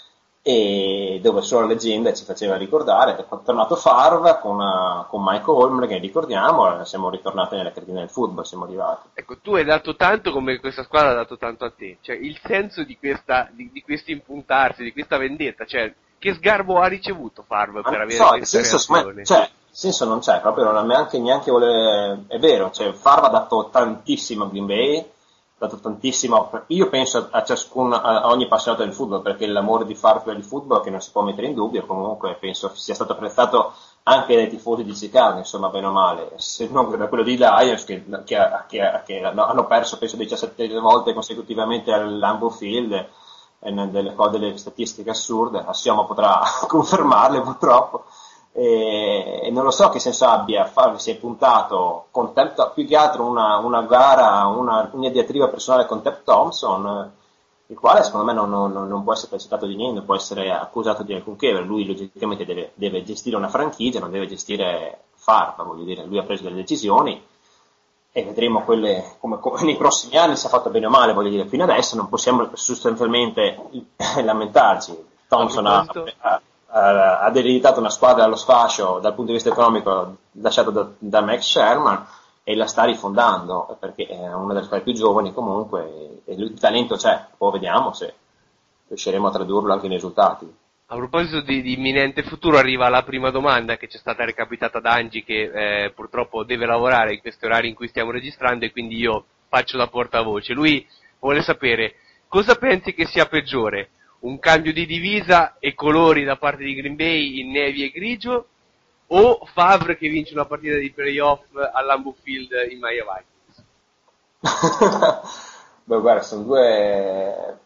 e dove solo la leggenda ci faceva ricordare. È tornato Favre con, una, con Michael Holmgren, che ricordiamo, siamo ritornati nella cartina del football, siamo arrivati. Ecco, tu hai dato tanto come questa squadra ha dato tanto a te, cioè il senso di questa di, di questo impuntarsi, di questa vendetta, cioè che sgarbo ha ricevuto Favre per avere so, questa senso, reazione? Cioè, il senso non c'è, proprio non ha neanche, neanche vole... è vero, cioè Favre ha dato tantissimo a Green Bay, ha dato tantissimo, io penso a ciascun, a ogni appassionato del football, perché l'amore di Favre per il football che non si può mettere in dubbio, comunque penso sia stato apprezzato anche dai tifosi di Chicago, insomma, bene o male, se non da quello di Lions che, che, che, che hanno perso penso diciassette volte consecutivamente al Lambeau Field, e delle, delle statistiche assurde. Assioma potrà confermarle purtroppo, e, e non lo so che senso abbia Favre si è puntato con Temp, più che altro una, una gara, una, una diatriba personale con Temp Thompson, il quale secondo me non, non, non può essere accettato di niente, non può essere accusato di alcunché. Lui logicamente deve, deve gestire una franchigia, non deve gestire Favre, voglio dire, lui ha preso delle decisioni e vedremo quelle come, come nei prossimi anni se ha fatto bene o male, voglio dire, fino adesso non possiamo sostanzialmente lamentarci. Thompson ha, ha, ha, ha ereditato una squadra allo sfascio dal punto di vista economico lasciata da, da Max Sherman e la sta rifondando perché è una delle squadre più giovani comunque e il talento c'è, poi vediamo se riusciremo a tradurlo anche in risultati. A proposito di, di imminente futuro arriva la prima domanda che ci è stata recapitata da Angi che eh, purtroppo deve lavorare in questi orari in cui stiamo registrando e quindi io faccio da portavoce. Lui vuole sapere cosa pensi che sia peggiore, un cambio di divisa e colori da parte di Green Bay in navy e grigio o Favre che vince una partita di playoff al Lambeau Field in Miami Vikings? Beh guarda, sono due...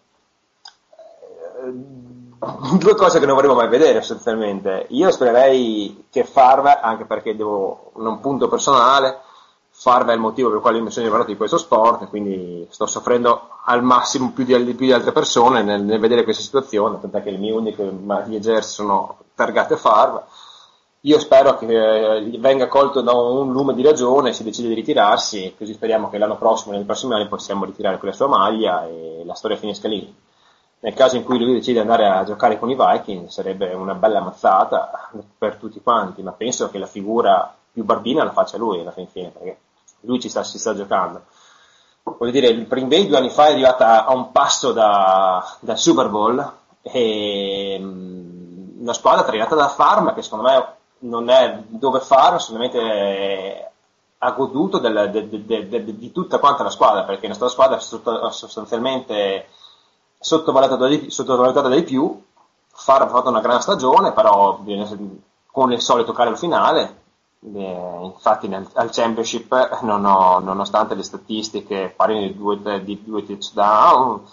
due cose che non vorremmo mai vedere sostanzialmente. Io spererei che Favre, anche perché devo un punto personale, Favre è il motivo per il quale io mi sono innamorato di questo sport, quindi sto soffrendo al massimo più di, più di altre persone nel, nel vedere questa situazione, tant'è che le mie uniche maglie jersey sono targate Favre. Io spero che eh, venga colto da un lume di ragione e si decide di ritirarsi, e così speriamo che l'anno prossimo, nei prossimi anni, possiamo ritirare quella sua maglia e la storia finisca lì. Nel caso in cui lui decide di andare a giocare con i Vikings sarebbe una bella mazzata per tutti quanti, ma penso che la figura più barbina la faccia lui alla fin fine, perché lui ci sta, si sta giocando. Voglio dire, il Green Bay due anni fa è arrivata a un passo da, dal Super Bowl e mh, una squadra trainata da Farm che secondo me non è dove Farm, solamente ha goduto del, de, de, de, de, di tutta quanta la squadra, perché la squadra è sostanzialmente sottovalutata di, sottovalutata di più. Favre ha fatto una gran stagione, però con il solito calo finale, eh, infatti nel, al Championship non ho, nonostante le statistiche parino di due, di due touchdown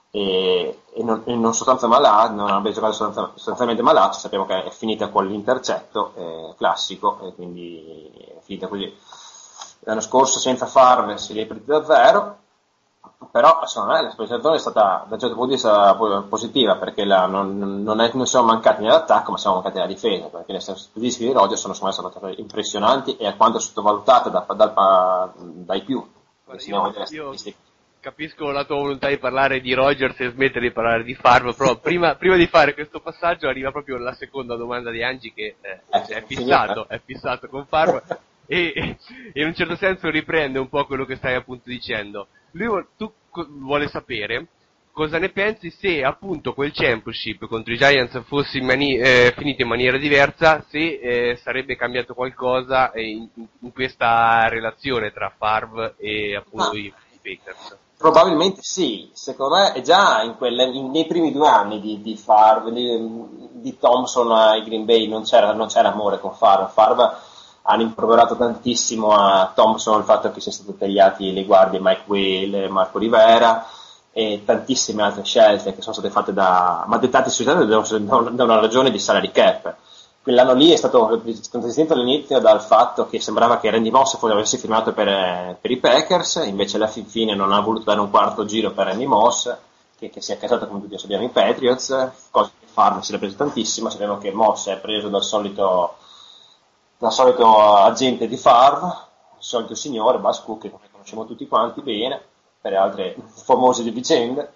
e, e, non, e non sostanza malato, non abbia giocato sostanza, sostanzialmente malato, sappiamo che è finita con l'intercetto eh, classico e quindi è finita così. L'anno scorso senza Favre si è ripartito da zero, però secondo me la presentazione è stata da un certo punto di vista positiva, perché la, non, non, è, non siamo mancati nell'attacco ma siamo mancati nella difesa, perché le statistiche di Rodgers sono secondo me state impressionanti e alquanto sottovalutate da, da, da, dai più. Guarda, io, io capisco la tua volontà di parlare di Rodgers e smettere di parlare di Favre, però prima, prima di fare questo passaggio arriva proprio la seconda domanda di Angi che eh, eh, è fissato, è fissato con Favre e, e in un certo senso riprende un po' quello che stai appunto dicendo. Lui, tu vuole sapere cosa ne pensi se appunto quel championship contro i Giants fosse in mani- eh, finito in maniera diversa, se eh, sarebbe cambiato qualcosa in, in questa relazione tra Favre e appunto ah. i, i Packers. Probabilmente sì, secondo me è già in quelle, in, nei primi due anni di, di Favre, di, di Thompson ai Green Bay non c'era, non c'era amore con Favre. Favre hanno improverato tantissimo a Thompson il fatto che sia stato tagliati le guardie Mike Will e Marco Rivera e tantissime altre scelte che sono state fatte da, ma dettate soltanto da una ragione di salary cap. Quell'anno lì è stato contraddistinto all'inizio dal fatto che sembrava che Randy Moss avesse firmato per, per i Packers, invece alla fin fine non ha voluto dare un quarto giro per Randy Moss, che, che si è casato come tutti sappiamo i Patriots, cosa che Farm si è presa tantissimo. Sappiamo che Moss è preso dal solito dal solito agente di Favre, il solito signore Bas Cook, che conosciamo tutti quanti bene per altre famose vicende.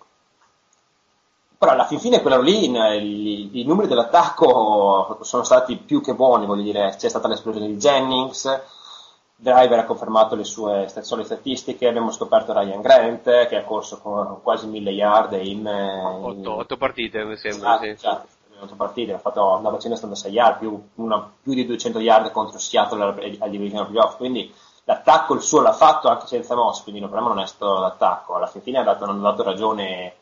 Però alla fin fine quello lì in, i, i numeri dell'attacco sono stati più che buoni, voglio dire, c'è stata l'esplosione di Jennings, Driver ha confermato le sue solite statistiche, abbiamo scoperto Ryan Grant che ha corso con quasi mille yard in otto, otto partite mi sembra, esatto, sì. Esatto. Partite, ha fatto novecentosettantasei yard più, una, più di duecento yard contro Seattle al divisional playoff, quindi l'attacco il suo l'ha fatto anche senza Moss, quindi il problema non è stato l'attacco. Alla fine ha dato, non ha dato ragione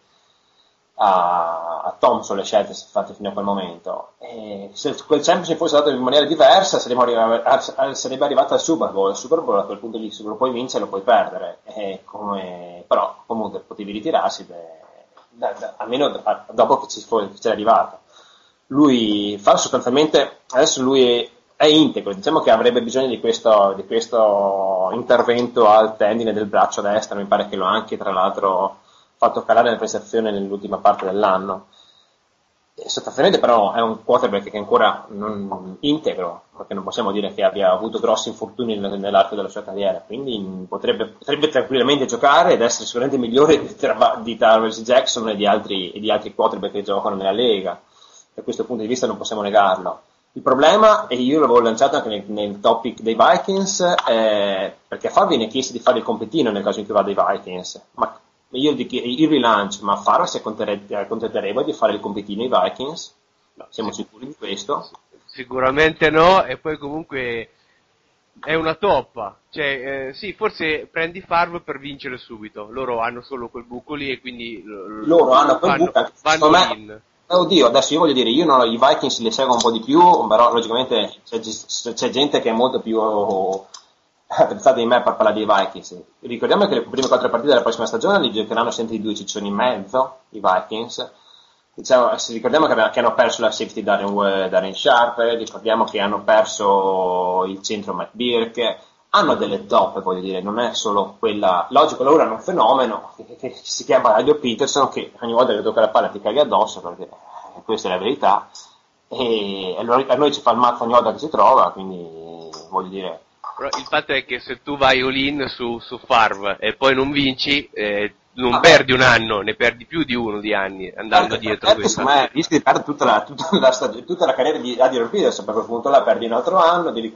a, a Thompson le scelte fatte fino a quel momento, e se quel championship fosse dato in maniera diversa saremmo arrivati, sarebbe arrivato al Super Bowl. Il Super Bowl a quel punto lì se lo puoi vincere lo puoi perdere, e come, però comunque potevi ritirarsi beh, da, da, almeno da, dopo che ci fu, c'era arrivato. Lui fa sostanzialmente, adesso lui è, è integro, diciamo che avrebbe bisogno di questo, di questo intervento al tendine del braccio destro, mi pare che lo ha anche tra l'altro fatto calare la prestazione nell'ultima parte dell'anno. sostanzialmente però è un quarterback che è ancora non integro, perché non possiamo dire che abbia avuto grossi infortuni nell'arco della sua carriera, quindi potrebbe, potrebbe tranquillamente giocare ed essere sicuramente migliore di, Tra- di Tyrese Jackson e di altri, e di altri quarterback che giocano nella Lega. Da questo punto di vista non possiamo negarlo. Il problema, e io l'avevo lanciato anche nel, nel topic dei Vikings, è perché a Favre viene chiesto di fare il compitino nel caso in cui va dai Vikings, ma io il rilancio, ma Favre si accontenterebbe di fare il compitino ai Vikings? No, siamo sicuri di questo? Sicuramente no, e poi comunque è una toppa, cioè eh, sì, forse prendi Favre per vincere subito, loro hanno solo quel buco lì e quindi l- loro hanno quel vanno, buco, vanno me, in. Oddio, adesso io voglio dire, io non, i Vikings li seguo un po' di più, però logicamente c'è, c'è gente che è molto più attrezzata di me per parlare dei Vikings. Ricordiamo che le prime quattro partite della prossima stagione li giocheranno sempre di due ciccioni e mezzo, i Vikings. Diciamo, ricordiamo che, che hanno perso la safety Darren, Darren Sharp, ricordiamo che hanno perso il centro Matt Birk, hanno delle top, voglio dire, non è solo quella, logico, loro hanno un fenomeno che, che si chiama Adrian Peterson, che ogni volta che tocca la palla ti caghi addosso, perché questa è la verità, e a noi ci fa il mazzo ogni volta che si trova, quindi voglio dire. Però il fatto è che se tu vai all-in su, su Favre e poi non vinci, eh, non ah, perdi un anno, ne perdi più di uno di anni andando certo, dietro certo, questa. Secondo me rischi di perdere tutta la, tutta la, stag- tutta la carriera di Adrian Peterson, perché appunto là perdi un altro anno, devi...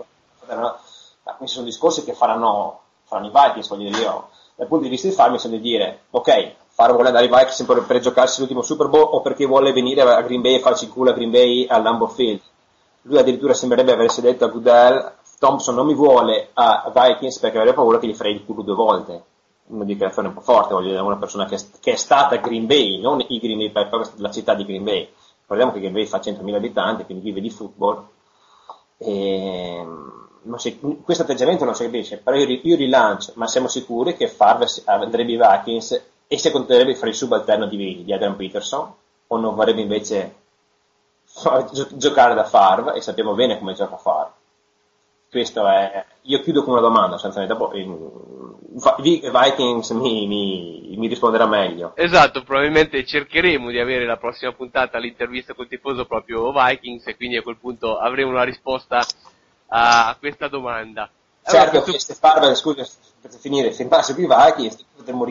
Ma questi sono discorsi che faranno, faranno i Vikings, voglio dire io. Dal punto di vista di Favre, sono di dire, ok, Favre vuole andare ai Vikings per, per giocarsi l'ultimo Super Bowl o perché vuole venire a Green Bay e farci il culo a Green Bay al Lambeau Field. Lui addirittura sembrerebbe aversi detto a Goodell, Thompson non mi vuole a Vikings perché avrebbe paura che gli farei il culo due volte. Una dichiarazione un po' forte, voglio dire, una persona che, che è stata a Green Bay, non i Green Bay, per la città di Green Bay. Ricordiamo che Green Bay fa centomila abitanti, quindi vive di football. E... Non si, questo atteggiamento non si capisce, però io, io rilancio, ma siamo sicuri che Favre andrebbe ai Vikings e si accontenterebbe di fare il subalterno di, di Adrian Peterson, o non vorrebbe invece gio- giocare da Favre, e sappiamo bene come gioca Favre. Questo è, io chiudo con una domanda, senza dopo i Vikings mi, mi, mi risponderà meglio. Esatto, probabilmente cercheremo di avere la prossima puntata l'intervista col tifoso proprio Vikings e quindi a quel punto avremo una risposta a questa domanda. Allora, certo, questo... se Favre, scusa, per finire, se passi più i Vikings potremmo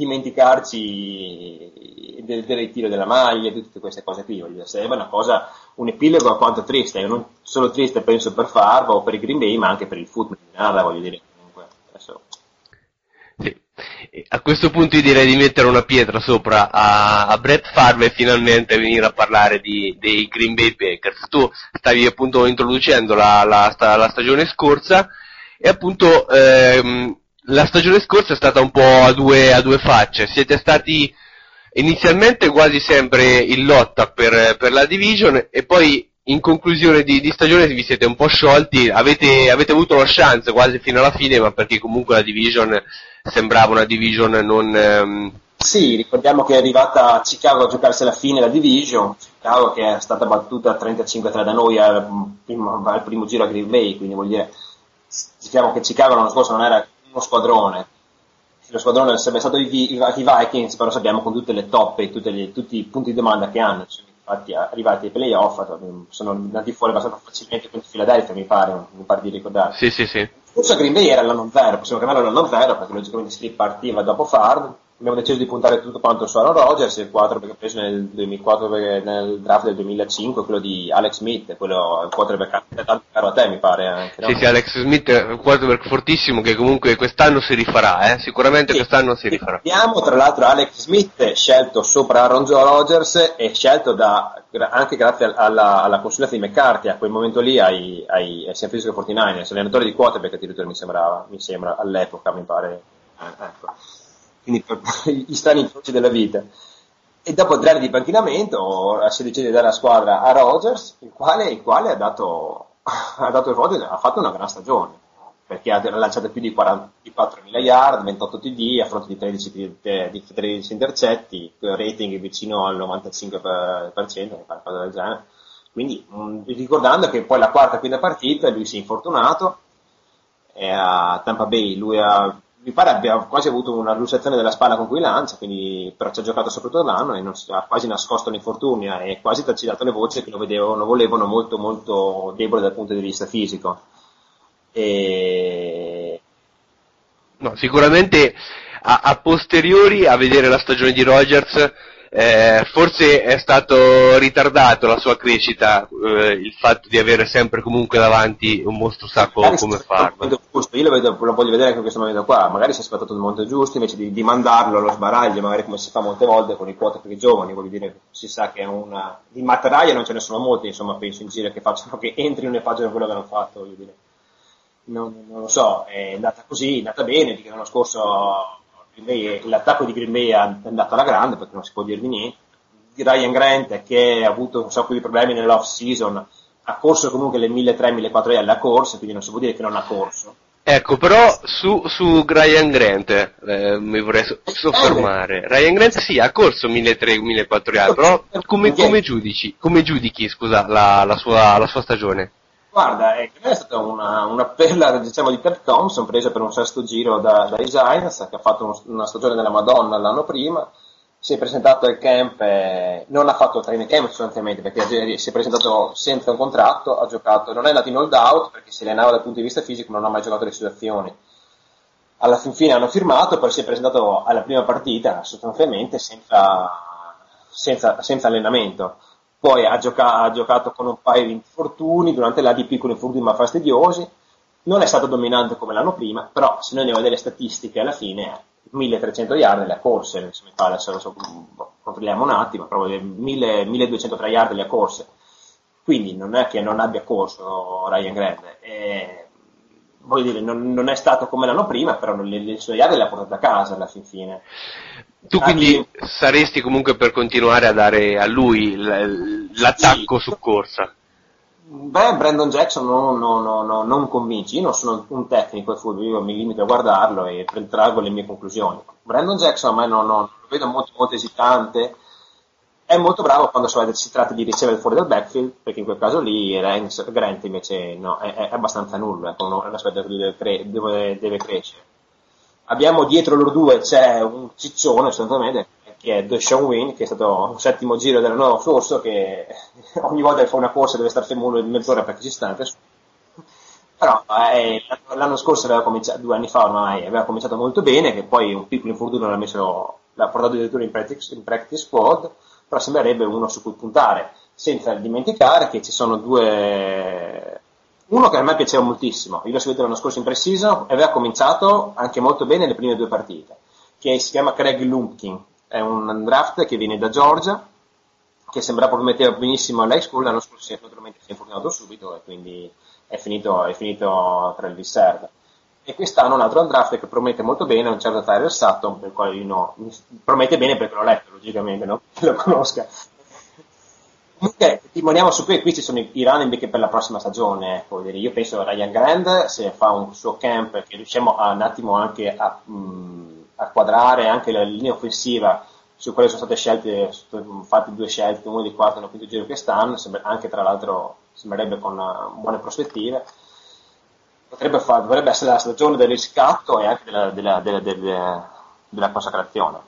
dimenticarci del, del ritiro della maglia, di tutte queste cose qui, voglio dire, sarebbe una cosa, un epilogo alquanto triste, non solo triste penso per Favre o per i Green Bay, ma anche per il football in generale, voglio dire, comunque, adesso... Sì. A questo punto io direi di mettere una pietra sopra a, a Brett Favre e finalmente venire a parlare di, dei Green Bay Packers. Tu stavi appunto introducendo la, la, la stagione scorsa e appunto ehm, la stagione scorsa è stata un po' a due, a due facce. Siete stati inizialmente quasi sempre in lotta per, per la division e poi in conclusione di, di stagione vi siete un po' sciolti, avete, avete avuto la chance quasi fino alla fine, ma perché comunque la division sembrava una division non... Um... Sì, ricordiamo che è arrivata a Chicago a giocarsi alla fine la division, Chicago che è stata battuta trentacinque a tre da noi al primo, al primo giro a Green Bay, quindi vuol dire, diciamo che Chicago l'anno scorso non era uno squadrone, lo squadrone sarebbe stato i, i, i Vikings, però sappiamo con tutte le toppe, tutte le, tutti i punti di domanda che hanno, cioè, infatti arrivati ai playoff sono andati fuori abbastanza facilmente contro Philadelphia, mi pare, mi pare di ricordare. Sì, sì, sì. Forse a Green Bay era l'anno zero, possiamo chiamarlo l'anno zero perché logicamente si ripartiva dopo Favre. Abbiamo deciso di puntare tutto quanto su Aaron Rodgers, il quattro perché preso nel duemilaquattro nel draft del duemilacinque, quello di Alex Smith, quello il quarterback tanto caro a te mi pare anche, no? Sì, sì, Alex Smith è un quarterback fortissimo che comunque quest'anno si rifarà, eh? Sicuramente sì, quest'anno si rifarà. Vediamo tra l'altro Alex Smith scelto sopra Aaron Rodgers e scelto da, anche grazie alla, alla consulenza di McCarthy, a quel momento lì ai, ai, ai San Francisco quarantanovers, allenatore di quarterback addirittura mi sembrava, mi sembra all'epoca mi pare, eh, ecco. Quindi per gli strani incroci della vita. E dopo tre anni di panchinamento si decide di dare la squadra a Rodgers, il quale, il quale ha dato, ha dato il Rodgers, ha fatto una gran stagione, perché ha lanciato più di quarantaquattromila yard, ventotto T D, a fronte di tredici, di tredici intercetti, rating vicino al novantacinque per cento, qualcosa del genere. Quindi, mh, ricordando che poi la quarta e quinta partita lui si è infortunato, e a Tampa Bay lui ha mi pare abbia quasi avuto una lussazione della spalla con cui lancia, quindi però ci ha giocato soprattutto l'anno e non si, ha quasi nascosto l'infortunio e quasi tacidato le voci che lo vedevano, volevano molto molto debole dal punto di vista fisico. E... No, sicuramente a, a posteriori a vedere la stagione di Rodgers eh, forse è stato ritardato la sua crescita, eh, il fatto di avere sempre comunque davanti un mostro sacco magari come Farmer. Io lo, vedo, lo voglio vedere anche in questo momento qua, magari si è aspettato il momento giusto invece di, di mandarlo allo sbaraglio, magari come si fa molte volte con i quarterback giovani, voglio dire, si sa che è una... di Matraia non ce ne sono molti, insomma, penso in giro che facciano, che entrino e facciano quello che hanno fatto, voglio dire. Non, non lo so, è andata così, è andata bene, perché l'anno scorso l'attacco di Green Bay è andato alla grande, perché non si può dirvi niente. Di Ryan Grant, che ha avuto un sacco di problemi nell'off season, ha corso comunque le milletrecento milletrecento yard alle corse, quindi non si può dire che non ha corso. Ecco, però su, su Ryan Grant eh, mi vorrei so- soffermare. Ryan Grant sì, ha corso milletrecento milletrecento yard, però come, come giudici, come giudichi, scusa, la, la, sua, la sua stagione? Guarda, è, è stata una, una perla, diciamo, di Ted Thompson, presa per un sesto giro da, dai Giants, che ha fatto uno, una stagione della Madonna l'anno prima, si è presentato al camp, eh, non ha fatto training camp sostanzialmente, perché si è presentato senza un contratto, ha giocato, non è andato in hold out, perché si allenava dal punto di vista fisico, non ha mai giocato le situazioni. Alla fin fine hanno firmato, poi si è presentato alla prima partita, sostanzialmente senza, senza, senza allenamento. Poi ha, gioca- ha giocato con un paio di infortuni, durante l'anno di piccoli infortuni ma fastidiosi, non è stato dominante come l'anno prima, però se noi andiamo a vedere le statistiche alla fine milletrecento yard le ha corse, se mi fa adesso, adesso controlliamo un attimo, però mille, milleduecentotre yard le ha corse, quindi non è che non abbia corso Ryan Grant, e, voglio dire, non, non è stato come l'anno prima, però le, le sue yard le ha portate a casa alla fin fine. Tu quindi saresti comunque per continuare a dare a lui l- l'attacco sì. su corsa? Beh, Brandon Jackson non, non, non, non convinci, io non sono un tecnico del football, io mi limito a guardarlo e traggo le mie conclusioni. Brandon Jackson a me non, non, lo vedo molto, molto esitante, è molto bravo quando si tratta di ricevere fuori dal backfield, perché in quel caso lì Grant invece no, è, è abbastanza nullo, è un aspetto che deve, cre- deve, deve crescere. Abbiamo dietro loro due, c'è un ciccione sostanzialmente, che è Deshaun Wynn, che è stato un settimo giro dell'anno scorso, che ogni volta che fa una corsa deve stare fermo mezz'ora perché ci sta. Però eh, l'anno scorso aveva cominciato, due anni fa ormai, aveva cominciato molto bene, che poi un piccolo infortunio l'ha messo, l'ha portato addirittura in practice, in practice squad, però sembrerebbe uno su cui puntare, senza dimenticare che ci sono due... Uno che a me piaceva moltissimo, io l'ho seguito l'anno scorso in pre-season e aveva cominciato anche molto bene le prime due partite, che si chiama Craig Lumpkin, è un draft che viene da Georgia, che sembrava prometteva benissimo all'high school, l'anno scorso naturalmente si è infortunato subito e quindi è finito, è finito tra il riserve. E quest'anno un altro draft che promette molto bene, un certo Tyrell Sutton, per il quale io no, promette bene perché l'ho letto, logicamente, no? Che lo conosca. Comunque, timoniamo su qui, qui ci sono i, i running back per la prossima stagione, ecco, io penso a Ryan Grant, se fa un suo camp, che riusciamo a, un attimo anche a, mh, a quadrare anche la linea offensiva, su quale sono state scelte, sono fatte due scelte, uno di quarto e uno quinto giro quest'anno, anche tra l'altro sembrerebbe con buone prospettive, potrebbe far, dovrebbe essere la stagione del riscatto e anche della, della, della, della, della consacrazione.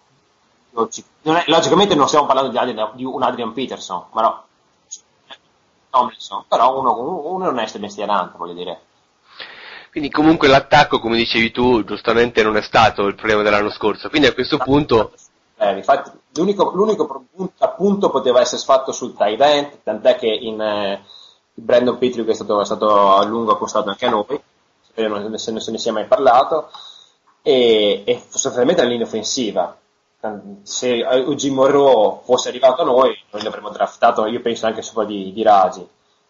Non è, logicamente non stiamo parlando di, Adrian, di un Adrian Peterson, ma no, Tomlinson, però uno, uno onesto e mestierante, voglio dire. Quindi comunque l'attacco, come dicevi tu, giustamente non è stato il problema dell'anno scorso, quindi a questo punto... Eh, infatti, l'unico, l'unico appunto poteva essere fatto sul tight end, tant'è che in eh, Brandon Petrie, che è stato, è stato a lungo accostato anche a noi, non se ne, se ne sia mai parlato, e, e sostanzialmente la linea offensiva. Se Eugene Monroe fosse arrivato a noi, noi l'avremmo draftato, io penso anche sopra di, di Raji.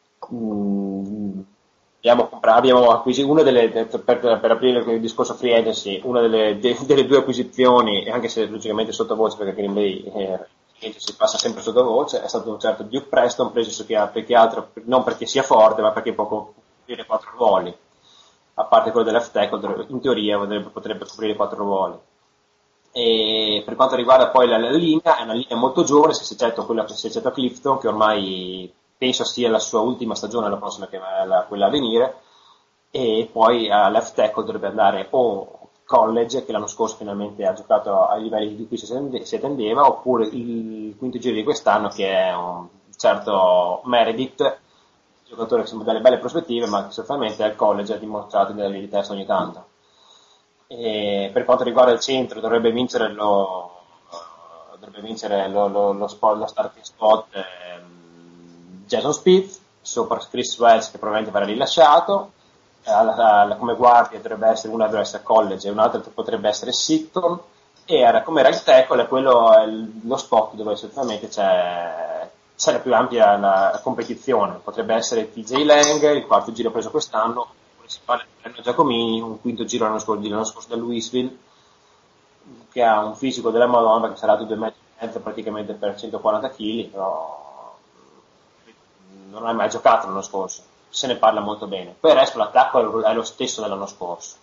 Mm, abbiamo, comprato, abbiamo acquisito una delle, per, per aprire il discorso free agency, una delle, de, delle due acquisizioni, anche se logicamente sottovoce, perché Green Bay eh, si passa sempre sottovoce, è stato un certo Duke Preston, preso su che, perché altro, non perché sia forte, ma perché può coprire quattro ruoli, a parte quello dell'left tackle, in teoria potrebbe, potrebbe coprire quattro ruoli. E per quanto riguarda poi la, la linea, è una linea molto giovane, se si eccetto quella che si eccetto Clifton, che ormai penso sia la sua ultima stagione, la prossima che è la, quella a venire, e poi a left tackle dovrebbe andare o college, che l'anno scorso finalmente ha giocato ai livelli di cui si attendeva, oppure il quinto giro di quest'anno, che è un certo Meredith, giocatore che sembra delle belle prospettive, ma che sostanzialmente al college ha dimostrato di avere di testa ogni tanto. E per quanto riguarda il centro, dovrebbe vincere lo, dovrebbe vincere lo, lo, lo, spot, lo starting spot ehm, Jason Speed, sopra Chris Wells, che probabilmente verrà rilasciato. Alla, alla, come guardia dovrebbe essere una dovrebbe essere College e un'altra potrebbe essere Sitton, e era, come era il tackle, quello è il, lo spot dove effettivamente c'è, c'è la più ampia la, la competizione. Potrebbe essere T J Lang, il quarto giro preso quest'anno, si parla di Renzo Giacomini, un quinto giro l'anno scorso, l'anno scorso da Louisville, che ha un fisico della Madonna, che sarà due metri e mezzo praticamente per centoquaranta chili, però non ha mai giocato l'anno scorso. Se ne parla molto bene. Poi il resto l'attacco è lo stesso dell'anno scorso.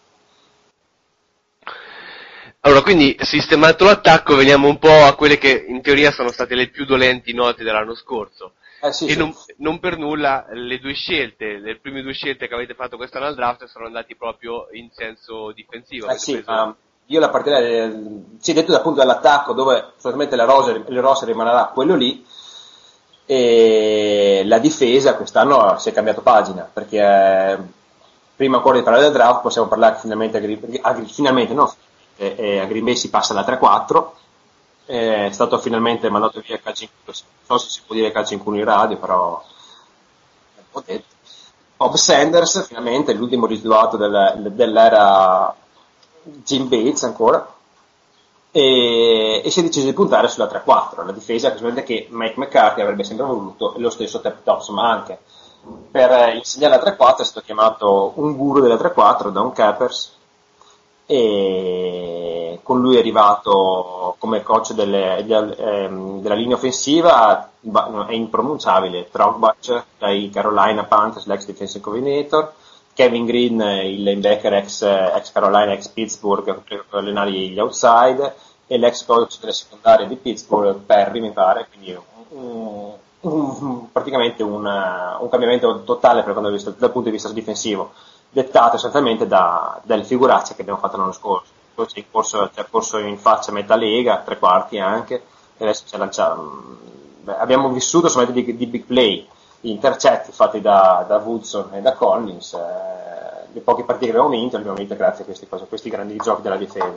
Allora, quindi sistemato l'attacco, veniamo un po' a quelle che in teoria sono state le più dolenti note dell'anno scorso. Eh sì, e sì. Non, non per nulla le due scelte, le prime due scelte che avete fatto quest'anno al draft sono andati proprio in senso difensivo. Eh sì, preso... ma io la partita, eh, sì, detto appunto dall'attacco, dove solamente la rosa, il rosa rimarrà quello lì, e la difesa quest'anno si è cambiato pagina, perché eh, prima ancora di parlare del draft possiamo parlare che finalmente, a, a, finalmente no, eh, eh, a Green Bay si passa alla tre quattro, eh, è stato finalmente mandato via calcio in culo, non so se si può dire calcio in culo in radio, però ho detto. Bob Sanders finalmente, l'ultimo residuato del, dell'era Jim Bates ancora, E, e si è deciso di puntare sulla tre quattro, la difesa che Mike McCarthy avrebbe sempre voluto, e lo stesso Tep Tops, ma anche per insegnare la tre quattro è stato chiamato un guru della tre quattro, Don Capers, e con lui è arrivato come coach delle, delle, ehm, della linea offensiva, è impronunciabile, Trogbach dai Carolina Panthers, l'ex defensive coordinator, Kevin Green, il linebacker ex, ex Carolina, ex Pittsburgh, per allenare gli outside, e l'ex coach delle secondarie di Pittsburgh, Perry mi pare, quindi un, un, praticamente un, un cambiamento totale per quanto vista, dal punto di vista difensivo, dettato essenzialmente da, dalle figuracce che abbiamo fatto l'anno scorso. Poi c'è corso, c'è corso in faccia metà lega, tre quarti anche, e adesso c'è lanciato, beh, abbiamo vissuto solamente di, di big play, gli intercetti fatti da, da Woodson e da Collins, eh, le poche partite che abbiamo vinto, le abbiamo vinte grazie a questi, a questi grandi giochi della difesa.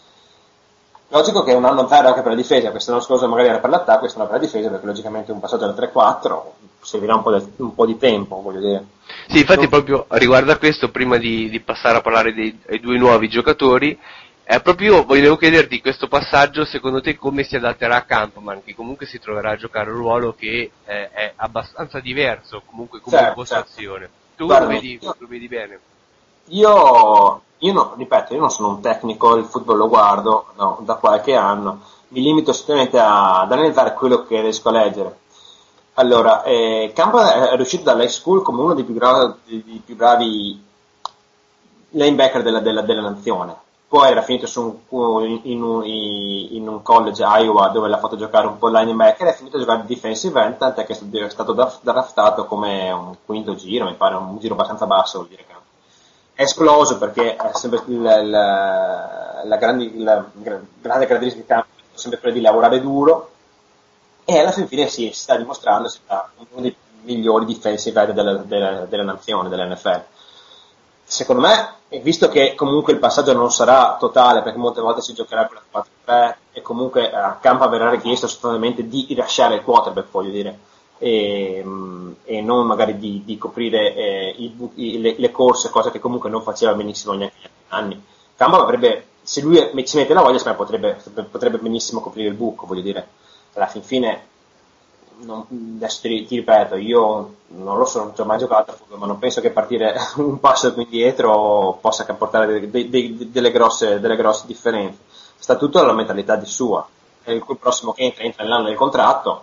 Logico che è un anno zero anche per la difesa, quest'anno scorso magari era per l'attacco, quest'anno per la difesa, perché logicamente un passaggio dal tre quattro servirà un po', del, un po' di tempo, voglio dire. Sì, infatti non... proprio riguardo a questo, prima di, di passare a parlare dei, dei due nuovi giocatori, Eh, proprio volevo chiederti questo passaggio, secondo te come si adatterà a Campman, che comunque si troverà a giocare un ruolo che eh, è abbastanza diverso comunque come certo, impostazione. Certo. Tu Guarda, lo, vedi, io, lo vedi bene? Io, io no, ripeto, io non sono un tecnico, il football lo guardo no, da qualche anno, mi limito semplicemente ad analizzare quello che riesco a leggere. Allora, eh, Campman è riuscito dall'high school come uno dei più, gra- dei più bravi linebacker della, della, della nazione. Poi era finito su un, in, un, in un college a Iowa dove l'ha fatto giocare un po' linebacker, e è finito a giocare defensive end, tant'è che è stato draftato come un quinto giro, mi pare un giro abbastanza basso, vuol dire che è esploso perché è sempre la, la, la, grandi, la grande caratteristica di campo è sempre quella di lavorare duro, e alla fine si sta dimostrando uno dei migliori defensive end della, della, della nazione, dell'N F L. Secondo me, visto che comunque il passaggio non sarà totale, perché molte volte si giocherà con la quattro tre, e comunque a campo verrà richiesto sostanzialmente di lasciare il quarterback, voglio dire, e, e non magari di, di coprire eh, i, i, le, le corse, cosa che comunque non faceva benissimo negli anni. Campo avrebbe, se lui ci mette la voglia, potrebbe, potrebbe benissimo coprire il buco, voglio dire, alla fin fine. Non, adesso ti, ti ripeto, io non lo so, non ci ho mai giocato a football, ma non penso che partire un passo più indietro possa portare de, de, de, delle, grosse, delle grosse differenze. Sta tutto alla mentalità di sua, e il prossimo che entra entra nell'anno del contratto,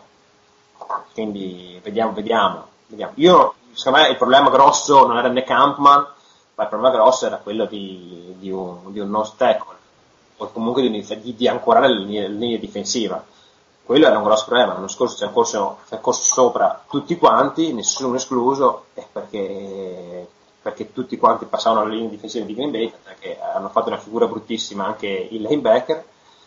quindi vediamo, vediamo, vediamo. Io, secondo me il problema grosso non era né Campman, ma il problema grosso era quello di, di un, di un nose tackle, o comunque di, di, di ancorare la linea, la linea difensiva. Quello era un grosso problema. L'anno scorso ci hanno corso, corso sopra tutti quanti, nessuno escluso, eh, perché perché tutti quanti passavano alla linea difensiva di Green Bay, perché hanno fatto una figura bruttissima anche il linebacker,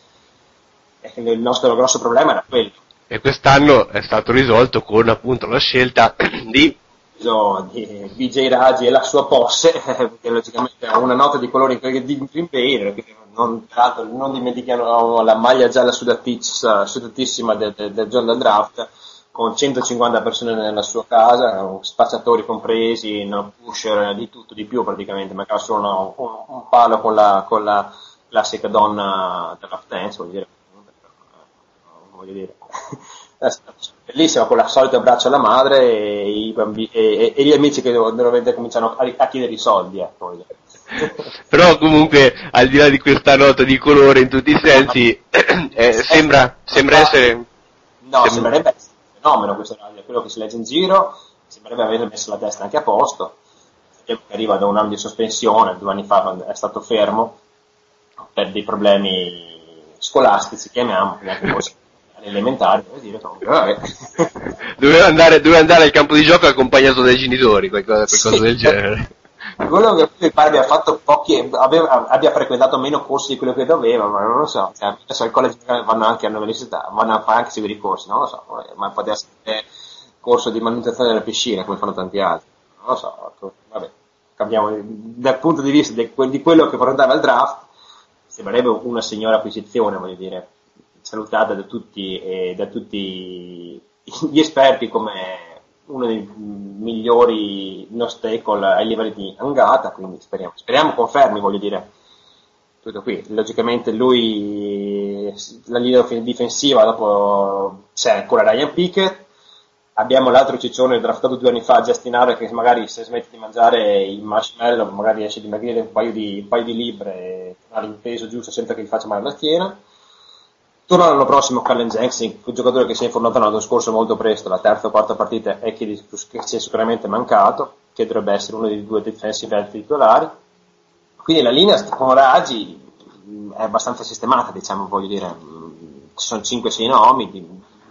e il nostro grosso problema era quello. E quest'anno è stato risolto con appunto la scelta di di B J Raji e la sua posse, che logicamente ha una nota di colore di Green Bay, non, tra l'altro non dimentichiamo la maglia gialla sudatissima del, del, del giorno del draft, con centocinquanta persone nella sua casa, spacciatori compresi, no, pusher, di tutto, di più praticamente, mancava solo un, un palo con la, con la classica donna draft dance, voglio dire, voglio dire. Bellissimo, con la solita abbraccio alla madre e, i bambini, e, e gli amici che veramente cominciano a, a chiedere i soldi, ecco. Però comunque al di là di questa nota di colore in tutti i sensi eh, sembra, sembra essere no, sembra... sembrerebbe essere un fenomeno questo, quello che si legge in giro, sembrerebbe aver messo la testa anche a posto, che arriva da un anno di sospensione, due anni fa è stato fermo per dei problemi scolastici, chiamiamo, neanche forse elementari, per dire, doveva andare, doveva andare al campo di gioco accompagnato dai genitori, qualcosa, qualcosa sì, del genere. Quello che mi pare abbia fatto pochi, abbia, abbia frequentato meno corsi di quello che doveva, ma non lo so, cioè, adesso al college vanno anche all'università, vanno a fare anche seguire i corsi, non lo so, ma può essere corso di manutenzione della piscina come fanno tanti altri, non lo so, vabbè, cambiamo dal punto di vista di, di quello che portava il draft, sembrerebbe una signora acquisizione, voglio dire, salutata da tutti e da tutti gli esperti come uno dei migliori nose tackle ai livelli di Angata, quindi speriamo, speriamo confermi, voglio dire, tutto qui. Logicamente lui, la linea difensiva, dopo c'è ancora Ryan Pickett, abbiamo l'altro ciccione draftato due anni fa, Justin Harris, che magari se smette di mangiare il marshmallow magari riesce a dimagrire un paio di, un paio di libbre e tornare in peso giusto senza che gli faccia male la schiena. Torna l'anno prossimo Cullen Jenkins, un giocatore che si è informato l'anno scorso molto presto, la terza o quarta partita, e che, che si è sicuramente mancato, che dovrebbe essere uno dei due defensive end titolari. Quindi la linea con Raji è abbastanza sistemata, diciamo, voglio dire, ci sono cinque sei nomi di,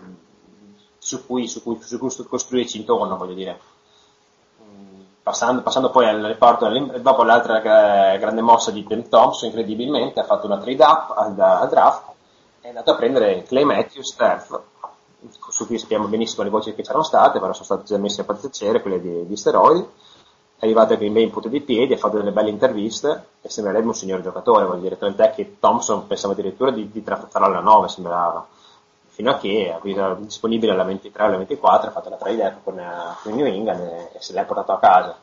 su cui, su cui, su cui costruirci intorno, voglio dire. Passando, passando poi al reparto, dopo l'altra grande mossa di Ben Thompson, incredibilmente, ha fatto una trade up al, al draft, è andato a prendere Clay Matthews terzo, su cui sappiamo benissimo le voci che c'erano state, però sono state già messe a pazzecere, quelle di, di steroidi. È arrivato a Green Bay in punta di piedi, ha fatto delle belle interviste e sembrerebbe un signor giocatore, voglio dire, tant'è che Thompson pensava addirittura di, di draftarlo alla nove, sembrava, fino a che era disponibile alla ventitré alla ventiquattro, ha fatto la trade con, con New England e, e se l'è portato a casa.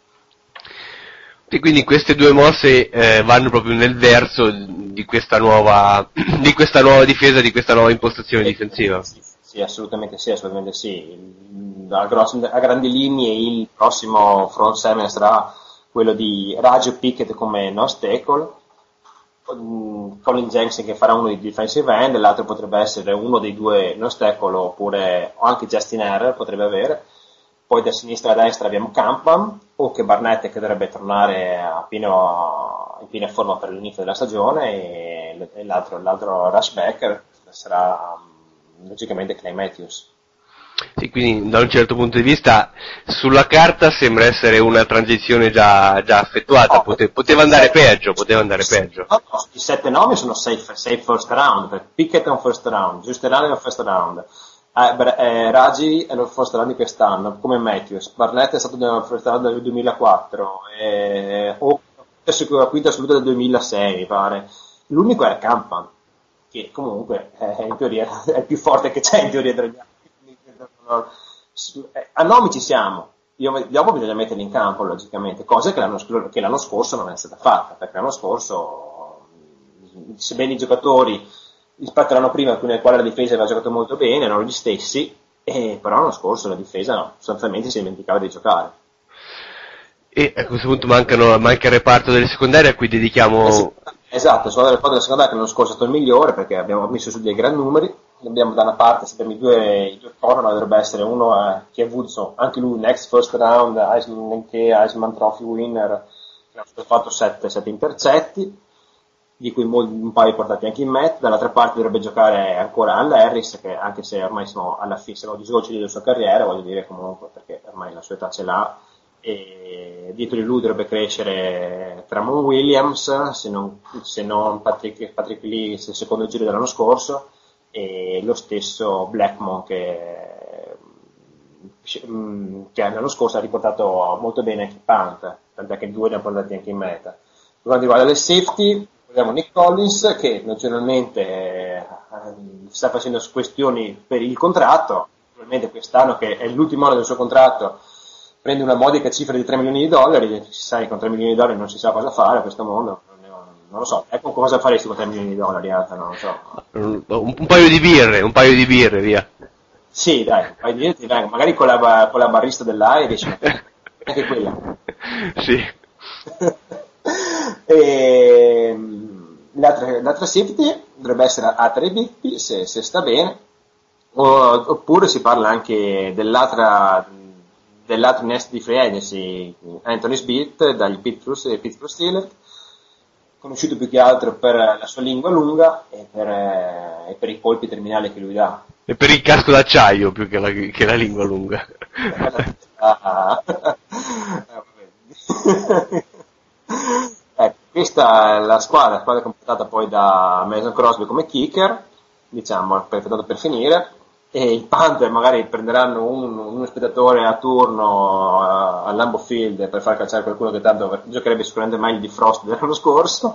E quindi queste due mosse eh, vanno proprio nel verso di questa nuova di questa nuova difesa, di questa nuova impostazione difensiva. Sì, sì, assolutamente sì, assolutamente sì. A, grosso, a grandi linee il prossimo front seven sarà quello di Raji Pickett come nose tackle, Colin Jenkins che farà uno dei defensive end, l'altro potrebbe essere uno dei due nose tackle, oppure o anche Justin Herrer potrebbe avere. Poi da sinistra a destra abbiamo Campbell, o che Barnett che dovrebbe tornare a pieno, in piena forma per l'inizio della stagione, e, e l'altro, l'altro rushbacker sarà um, logicamente Clay Matthews. Sì, quindi da un certo punto di vista sulla carta sembra essere una transizione già, già effettuata, no, Pote, poteva andare sette, peggio, poteva andare peggio. No, no, i sette nomi sono sei first round, per Pickett è un first round, Giusterani è un first round, Eh, eh, Raji è lo first round di quest'anno, come Matthews. Barnett è stato nel first round del duemilaquattro, eh, o la quinta assoluta del duemilasei, mi pare. L'unico era Campan, che comunque eh, in teoria è il più forte che c'è in teoria tra gli altri. A nomi ci siamo, dopo bisogna metterli in campo logicamente, cosa che l'anno, che l'anno scorso non è stata fatta, perché l'anno scorso, sebbene i giocatori rispetto all'anno prima, nel quale la difesa aveva giocato molto bene, erano gli stessi, e però l'anno scorso la difesa no, sostanzialmente si dimenticava di giocare. E a questo punto mancano, manca il reparto delle secondarie a cui dedichiamo... Esatto, il reparto delle secondarie che l'anno scorso è stato il migliore, perché abbiamo messo su dei gran numeri. Abbiamo da una parte, se abbiamo i due, i due corner, dovrebbe essere uno eh, che è Woodson, anche lui next first round, Heisman, Heisman Trophy winner, che ha fatto sette intercetti, di cui molti, un paio portati anche in Met. Dall'altra parte dovrebbe giocare ancora Al Harris, che anche se ormai siamo alla fine, siamo a diciotto della sua carriera, voglio dire comunque, perché ormai la sua età ce l'ha, e dietro di lui dovrebbe crescere Tramon Williams, se non, se non Patrick, Patrick Lee, il secondo giro dell'anno scorso, e lo stesso Blackmon che, che l'anno scorso ha riportato molto bene anche punt, tant'è che due ne ha portati anche in meta. Per quanto riguarda le safety, abbiamo Nick Collins che naturalmente eh, sta facendo questioni per il contratto, probabilmente quest'anno che è l'ultimo anno del suo contratto prende una modica cifra di tre milioni di dollari, si sa che con tre milioni di dollari non si sa cosa fare a questo mondo, non lo so, ecco cosa faresti con tre milioni di dollari, Alta, non lo so. Un, un paio di birre, un paio di birre, via. Sì, dai, un paio di birre ti vengo, magari con la, con la barista dell'Irish, anche quella. Sì. E l'altra, l'altra safety dovrebbe essere a tre Bigby se, se sta bene, o, oppure si parla anche dell'altra dell'altro nest di free agency, Anthony Smith dagli Pittsburgh, Pittsburgh Steelers, conosciuto più che altro per la sua lingua lunga e per, e per i colpi terminali che lui dà. E per il casco d'acciaio più che la, che la lingua lunga. Ah, ecco, questa è la squadra, la squadra completata poi da Mason Crosby come kicker, diciamo, per, per finire, e i Panther magari prenderanno un, uno spettatore a turno uh, al Lambeau Field per far calciare qualcuno che tanto giocherebbe sicuramente meglio di Frost dell'anno scorso.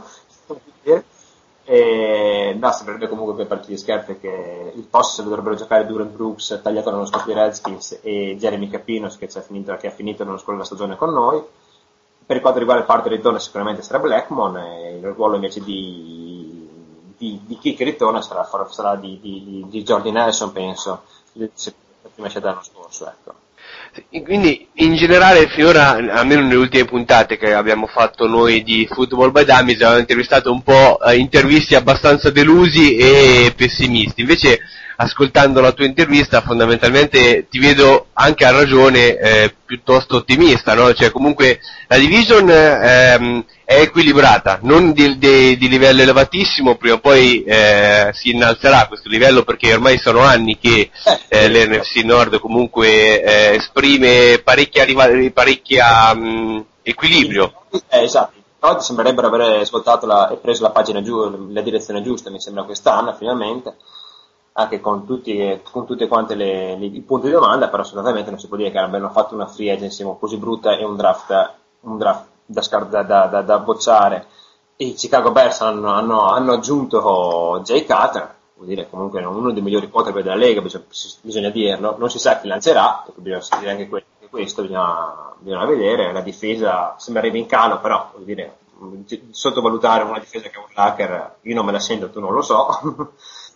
E no, sembrerebbe comunque per partite scherze che il posto se lo dovrebbero giocare Durant Brooks, tagliato l'anno scorso dei Redskins, e Jeremy Capinos che, c'è finito, che ha finito l'anno scorso la stagione con noi. Per quanto riguarda il parte ritorno sicuramente sarà Blackmon, e il ruolo invece di, di, di chi che ritorna sarà, sarà di, di, di Jordy Nelson, penso, la prima scelta dell'anno scorso, ecco. Quindi in generale finora, almeno nelle ultime puntate che abbiamo fatto noi di Football by Dummies, abbiamo intervistato un po' eh, intervisti abbastanza delusi e pessimisti. Invece ascoltando la tua intervista fondamentalmente ti vedo anche a ragione eh, piuttosto ottimista, no? Cioè comunque la division ehm, è equilibrata, non di, di, di livello elevatissimo, prima o poi eh, si innalzerà questo livello, perché ormai sono anni che eh, l'N F C Nord comunque eh, esprime parecchia, parecchia mh, equilibrio. Eh, esatto, oggi sembrerebbero aver svoltato la, e preso la pagina giù, la direzione giusta, mi sembra quest'anno finalmente, anche con tutti, con tutte quante le, le, i punti di domanda, però assolutamente non si può dire che abbiano fatto una free agency così brutta e un draft, un draft da, da, da, da bocciare. E i Chicago Bears hanno, hanno, hanno aggiunto Jay Cutler, vuol dire comunque uno dei migliori quarterback della Lega, bisogna, bisogna dirlo, non si sa chi lancerà, bisogna dire anche questo, bisogna, bisogna vedere. La difesa sembrerebbe in calo, però vuol dire, sottovalutare una difesa che è un Laker, io non me la sento, tu non lo so.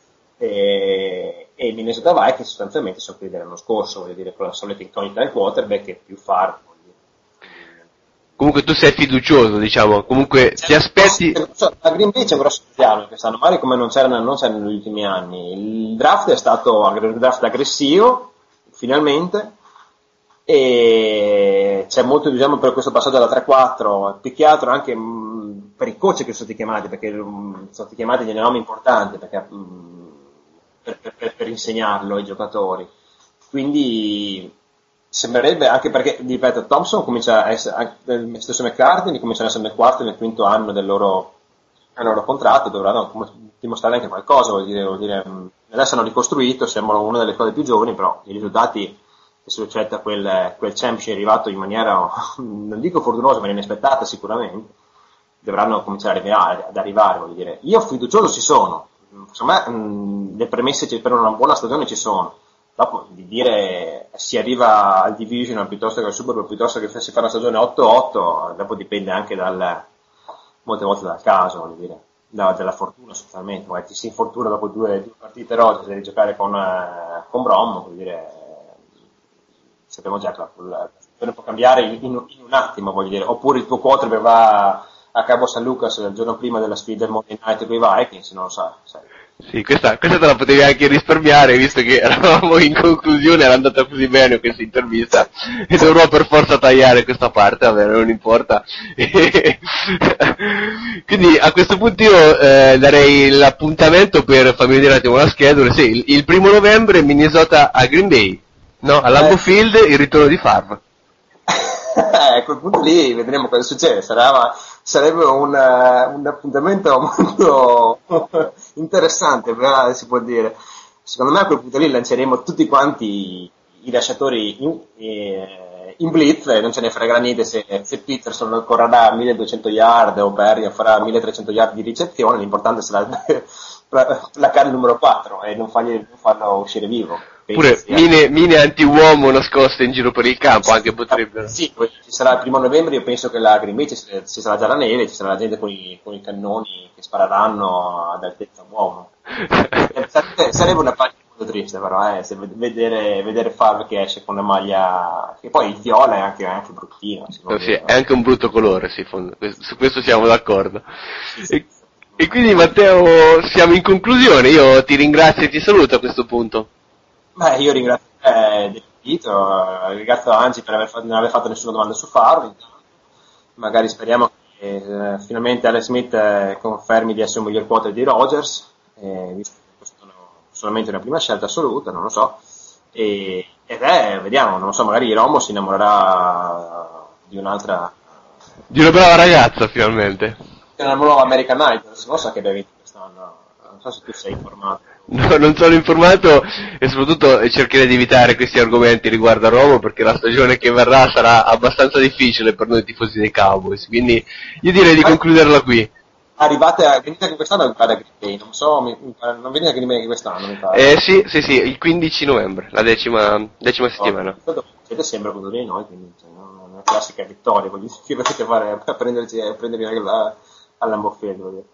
E, e i Minnesota Vikings sostanzialmente sono quelli dell'anno scorso, voglio dire, con la solita incognita del quarterback e più far. Comunque tu sei fiducioso, diciamo, comunque ti aspetti. A Green Bay c'è un grosso piano quest'anno, magari come non c'era, non c'era negli ultimi anni. Il draft è stato un draft aggressivo, finalmente, e c'è molto, diciamo, per questo passaggio dalla tre quattro, più che altro anche mh, per i coach che sono stati chiamati, perché mh, sono stati chiamati dei nomi importanti, perché mh, Per, per, per insegnarlo ai giocatori, quindi sembrerebbe, anche perché ripeto, Thompson comincia a essere, anche il stesso McCarthy comincia ad essere nel quarto e nel quinto anno del loro, del loro contratto, dovranno dimostrare anche qualcosa, vuol dire, vuol dire adesso hanno ricostruito, sembrano una delle cose più giovani, però i risultati che si accetta quel, quel championship arrivato in maniera non dico fortunosa ma inaspettata sicuramente, dovranno cominciare ad arrivare, ad arrivare voglio dire. Io fiducioso ci sono. Secondo me mh, le premesse per una buona stagione ci sono, dopo di dire si arriva al divisional piuttosto che al Super Bowl, piuttosto che si fa una stagione otto otto, dopo dipende anche dal, molte volte dal caso, voglio dire, da, dalla fortuna sostanzialmente, magari ti si infortuna dopo due, due partite rose, devi giocare con, eh, con Brom, voglio dire, sappiamo già che la, la stagione può cambiare in, in, in un attimo, voglio dire, oppure il tuo quarterback va a Cabo San Lucas il giorno prima della sfida del Monday Night con i Vikings, non lo sa, sai. Sì, questa, questa te la potevi anche risparmiare, visto che eravamo in conclusione, era andata così bene questa intervista, e dovrò per forza tagliare questa parte, vabbè, non importa. Quindi a questo punto io eh, darei l'appuntamento per farmi vedere un attimo la schedule, sì, il, il primo novembre Minnesota a Green Bay, no, a Lambeau Field il ritorno di Favre. a quel punto lì vedremo cosa succede. Sarà, sarebbe un, un appuntamento molto interessante, si può dire. Secondo me a quel punto lì lanceremo tutti quanti i lasciatori in, eh, in blitz, e non ce ne frega niente se, se Peterson correrà milleduecento yard o Perry farà milletrecento yard di ricezione, l'importante sarà placcare il numero quattro e non, fargli, non farlo uscire vivo. Pure mine, mine anti-uomo nascoste in giro per il campo, anche potrebbero. Sì, poi ci sarà il primo novembre, io penso che la Green Bay ci, ci sarà già la neve, ci sarà la gente con i, con i cannoni che spareranno ad altezza uomo. sarebbe, sarebbe una pagina molto triste però, eh, se vedere, vedere Favre che esce con una maglia, che poi il viola è anche, è anche bruttino. No, sì, è anche un brutto colore, sì, su questo siamo d'accordo. Sì, sì. E, e quindi Matteo, siamo in conclusione, io ti ringrazio e ti saluto a questo punto. Beh, io ringrazio te dell'invito, ringrazio Angi per aver fatto, non aver fatto nessuna domanda su Favre. Magari speriamo che eh, finalmente Alex Smith eh, confermi di essere un miglior quarterback di Rodgers, eh, visto che questo è solamente una prima scelta assoluta, non lo so. E, ed è, vediamo, non lo so, magari Romo si innamorerà di un'altra... Di una brava ragazza, finalmente. Di una nuova American Idol, non so che abbia vinto quest'anno, non so se tu sei informato. No, non sono informato e soprattutto cercherei di evitare questi argomenti riguardo a Romo perché la stagione che verrà sarà abbastanza difficile per noi tifosi dei Cowboys, quindi io direi di concluderla qui. Arrivate a, venite anche quest'anno a Green Bay, non so, mi, non venite a Green Bay anche quest'anno, mi pare. Eh sì, sì, sì, il quindici novembre, la decima, decima settimana. Oh, siete sempre contro di noi, quindi cioè, no, una classica vittoria, voglio dire, che potete fare a prenderci, a prendervi anche la, all'Ambofield, voglio dire.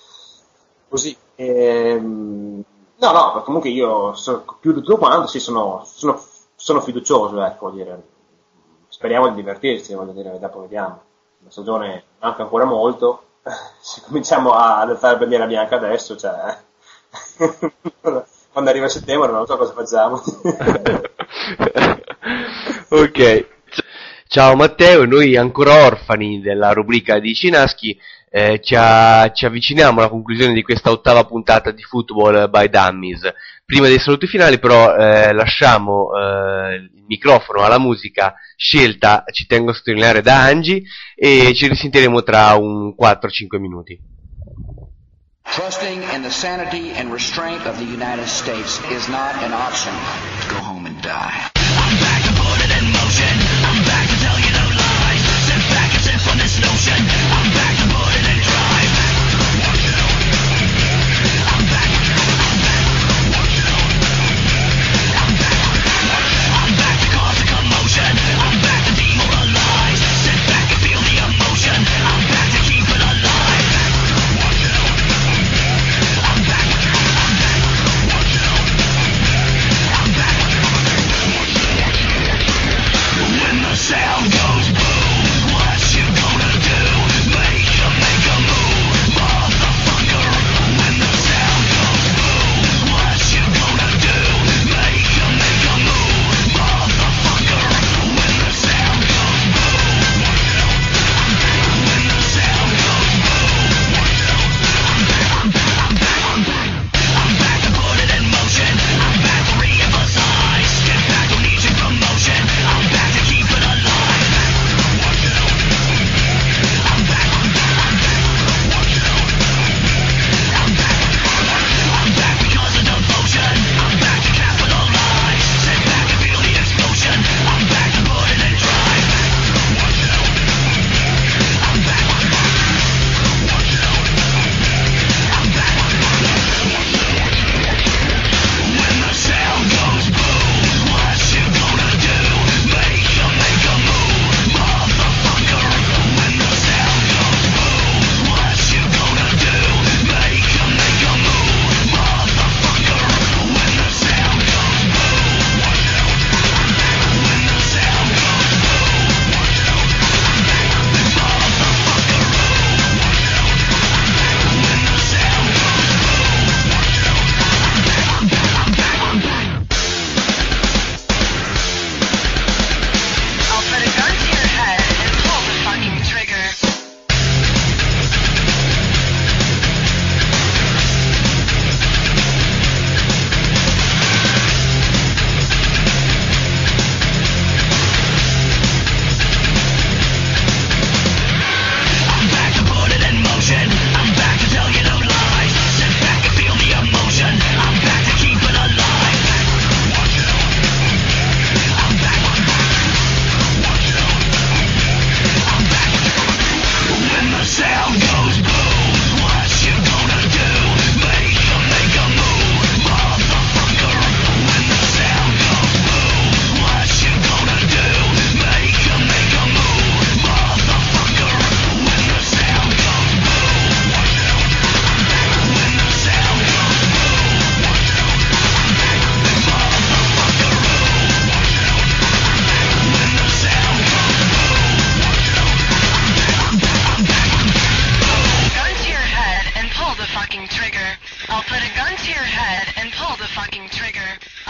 Così, ehm... No, no, comunque io so, chiudo tutto quanto, sì, sono, sono, sono fiducioso, ecco, voglio dire. Speriamo di divertirci, voglio dire, dopo vediamo. La stagione manca ancora molto, se cominciamo a alzare la bandiera bianca adesso, cioè, quando arriva settembre non so cosa facciamo. Ok, ciao Matteo, noi ancora orfani della rubrica di Cinaschi. Eh, ci, a, ci avviciniamo alla conclusione di questa ottava puntata di Football by Dummies. Prima dei saluti finali però eh, lasciamo eh, il microfono alla musica scelta, ci tengo a sottolineare, da Angi, e ci risentiremo tra un quattro cinque minuti. Trusting in the sanity and restraint of the United States is not an option. Go home and die. I'm back to put it in motion. I'm back to tell you no lies. Sit back and sip on this notion. I'm back to put it in drive. I'm back. I'm back. I'm back. I'm back to cause a commotion. I'm back to demoralize. Sit back and feel the emotion. I'm back to keep it alive. I'm back. I'm back. I'm back. When the sound goes boom, what you gonna do? Make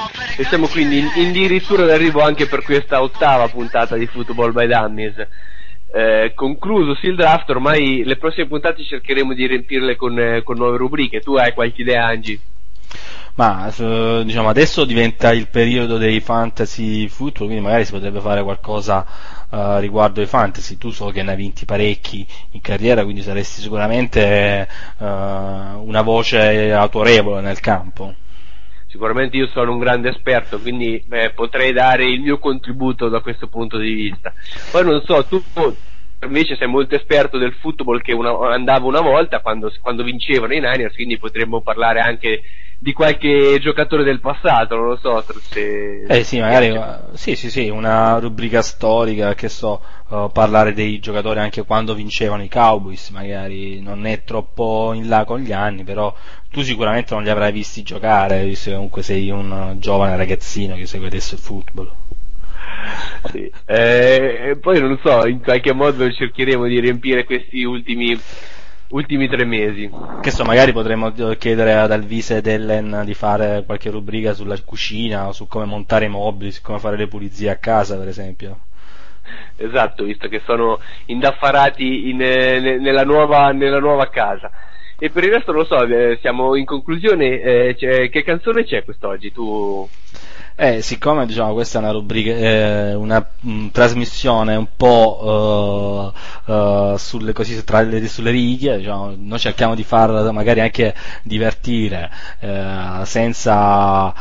E siamo quindi in, addirittura d'arrivo anche per questa ottava puntata di Football by Dummies. Eh, conclusosi il draft, ormai le prossime puntate cercheremo di riempirle con, eh, con nuove rubriche. Tu hai qualche idea, Angi? Ma diciamo adesso diventa il periodo dei fantasy football, quindi magari si potrebbe fare qualcosa uh, riguardo ai fantasy. Tu so che ne hai vinti parecchi in carriera, quindi saresti sicuramente uh, una voce autorevole nel campo. Sicuramente io sono un grande esperto, quindi eh, potrei dare il mio contributo da questo punto di vista. Poi non so, tu invece sei molto esperto del football che una, andava una volta quando, quando vincevano i Niners, quindi potremmo parlare anche di qualche giocatore del passato, non lo so se... Eh sì, magari sì sì sì, una rubrica storica, che so, uh, parlare dei giocatori anche quando vincevano i Cowboys, magari non è troppo in là con gli anni, però tu sicuramente non li avrai visti giocare, visto che comunque sei un giovane ragazzino che segue adesso il football. Sì. Eh, poi non so, in qualche modo cercheremo di riempire questi ultimi ultimi tre mesi. Che so, magari potremmo chiedere ad Alvise ed Ellen di fare qualche rubrica sulla cucina o su come montare i mobili, su come fare le pulizie a casa, per esempio. Esatto, visto che sono indaffarati in, eh, nella nuova nella nuova casa. E per il resto non lo so, eh, siamo in conclusione, eh, c'è, che canzone c'è quest'oggi? Tu... Eh, siccome diciamo questa è una rubrica, eh, una mh, trasmissione un po' uh, uh, sulle così tra le, sulle righe, diciamo, noi cerchiamo di far magari anche divertire, eh, senza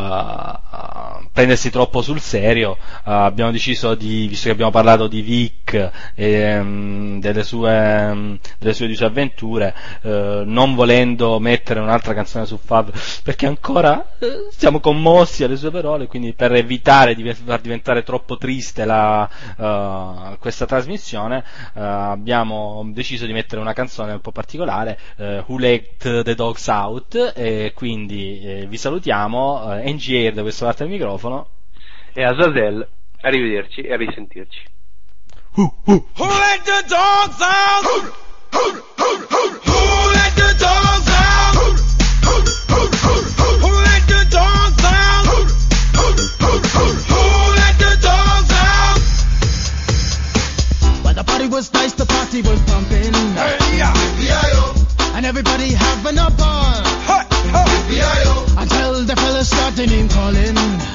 uh, prendersi troppo sul serio. Uh, abbiamo deciso di, visto che abbiamo parlato di Vic e um, delle sue um, delle sue disavventure, uh, non volendo mettere un'altra canzone su Fav, perché ancora uh, siamo commossi alle sue parole, quindi per evitare di far diventare troppo triste la, uh, questa trasmissione, uh, abbiamo deciso di mettere una canzone un po' particolare, uh, Who Let the Dogs Out, e quindi eh, vi salutiamo, uh, N G Air da questa parte del microfono e Azazel, arrivederci e a risentirci. Who let the dogs out? Who, who, who, who, who let the dogs out? Who, who, who, who, who let the dogs out? Who, who, who, who let the dogs out? Well, the party was nice, the party was pumping. Hey, yeah. And everybody having a ball. Hey, hey. Until the fellas started name calling.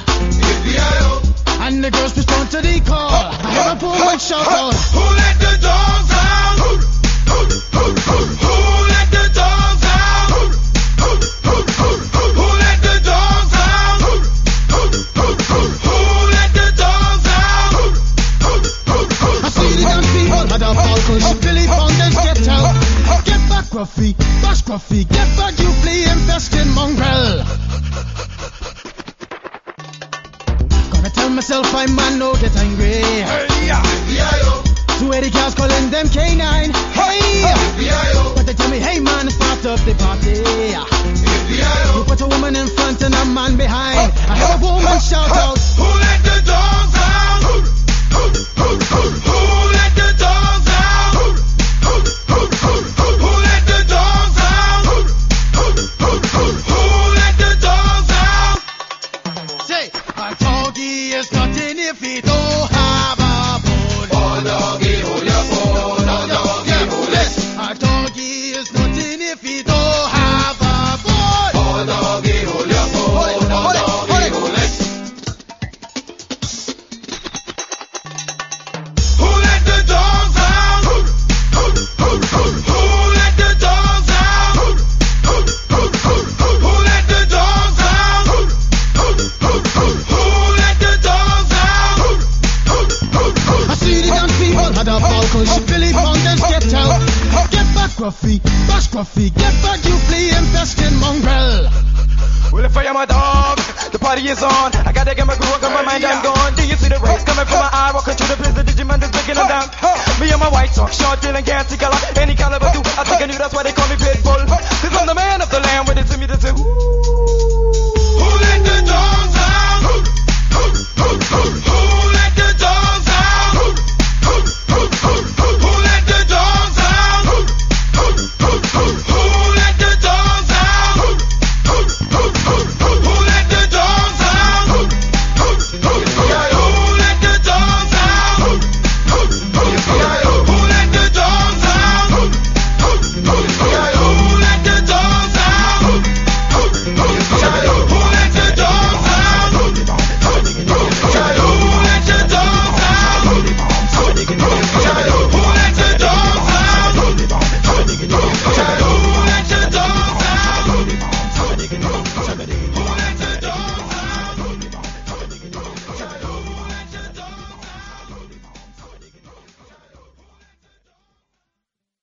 And the girls respond to the call. I hear a woman shout out, Who let the dogs out? Who, who, who, who, who let the dogs out? Who, who, who, who, who let the dogs out? Who, who, who, who, who let the dogs out? Who, who, who, who, I see the young people had a ball cause Billy Fountains get out. Get back, Gruffy, bash Gruffy, get back, you flea infested mongrel. Gonna tell myself I man no get angry. hey, yeah. Two eighty cows calling them K nine. Hey, but they tell me, hey man, it's part of the party. You put a woman in front and a man behind. I heard a woman shout out, Who let the dogs out? Who, who, who, who, who let the dogs out? Who, who, who, who, who let the dogs out? Who, who, who, who, who let the dogs out? say, a doggy is nothing if he don't have a bone. Oh doggy, hold your bone. Oh doggy, hold it. A doggy is nothing if he don't have a bone. Oh doggy, hold your bone. Oh doggy, hold it. Who let the dogs out? Who, who, who, who, who let the dogs out? Who, who, who, who, who let the dogs out? Who, who, who, who, who let the dogs out? Who, who, who, who, I see the young people had a ball cause Billy Fountains get out. Get back, Gruffy, bash Gruffy, get back, you flea infested mongrel. Well, if I am a dog, the party is on. I gotta get my groove on, got my mind, I'm gone. Do you see the rays coming from my eye? Walking through the blizzard, Digimon is breaking them down. Me and my white talk, short, dealing, gassy color. Any caliber, do I think I knew that's why they call me Pitbull. Cause I'm the man of the land, with it to me to say, ooh.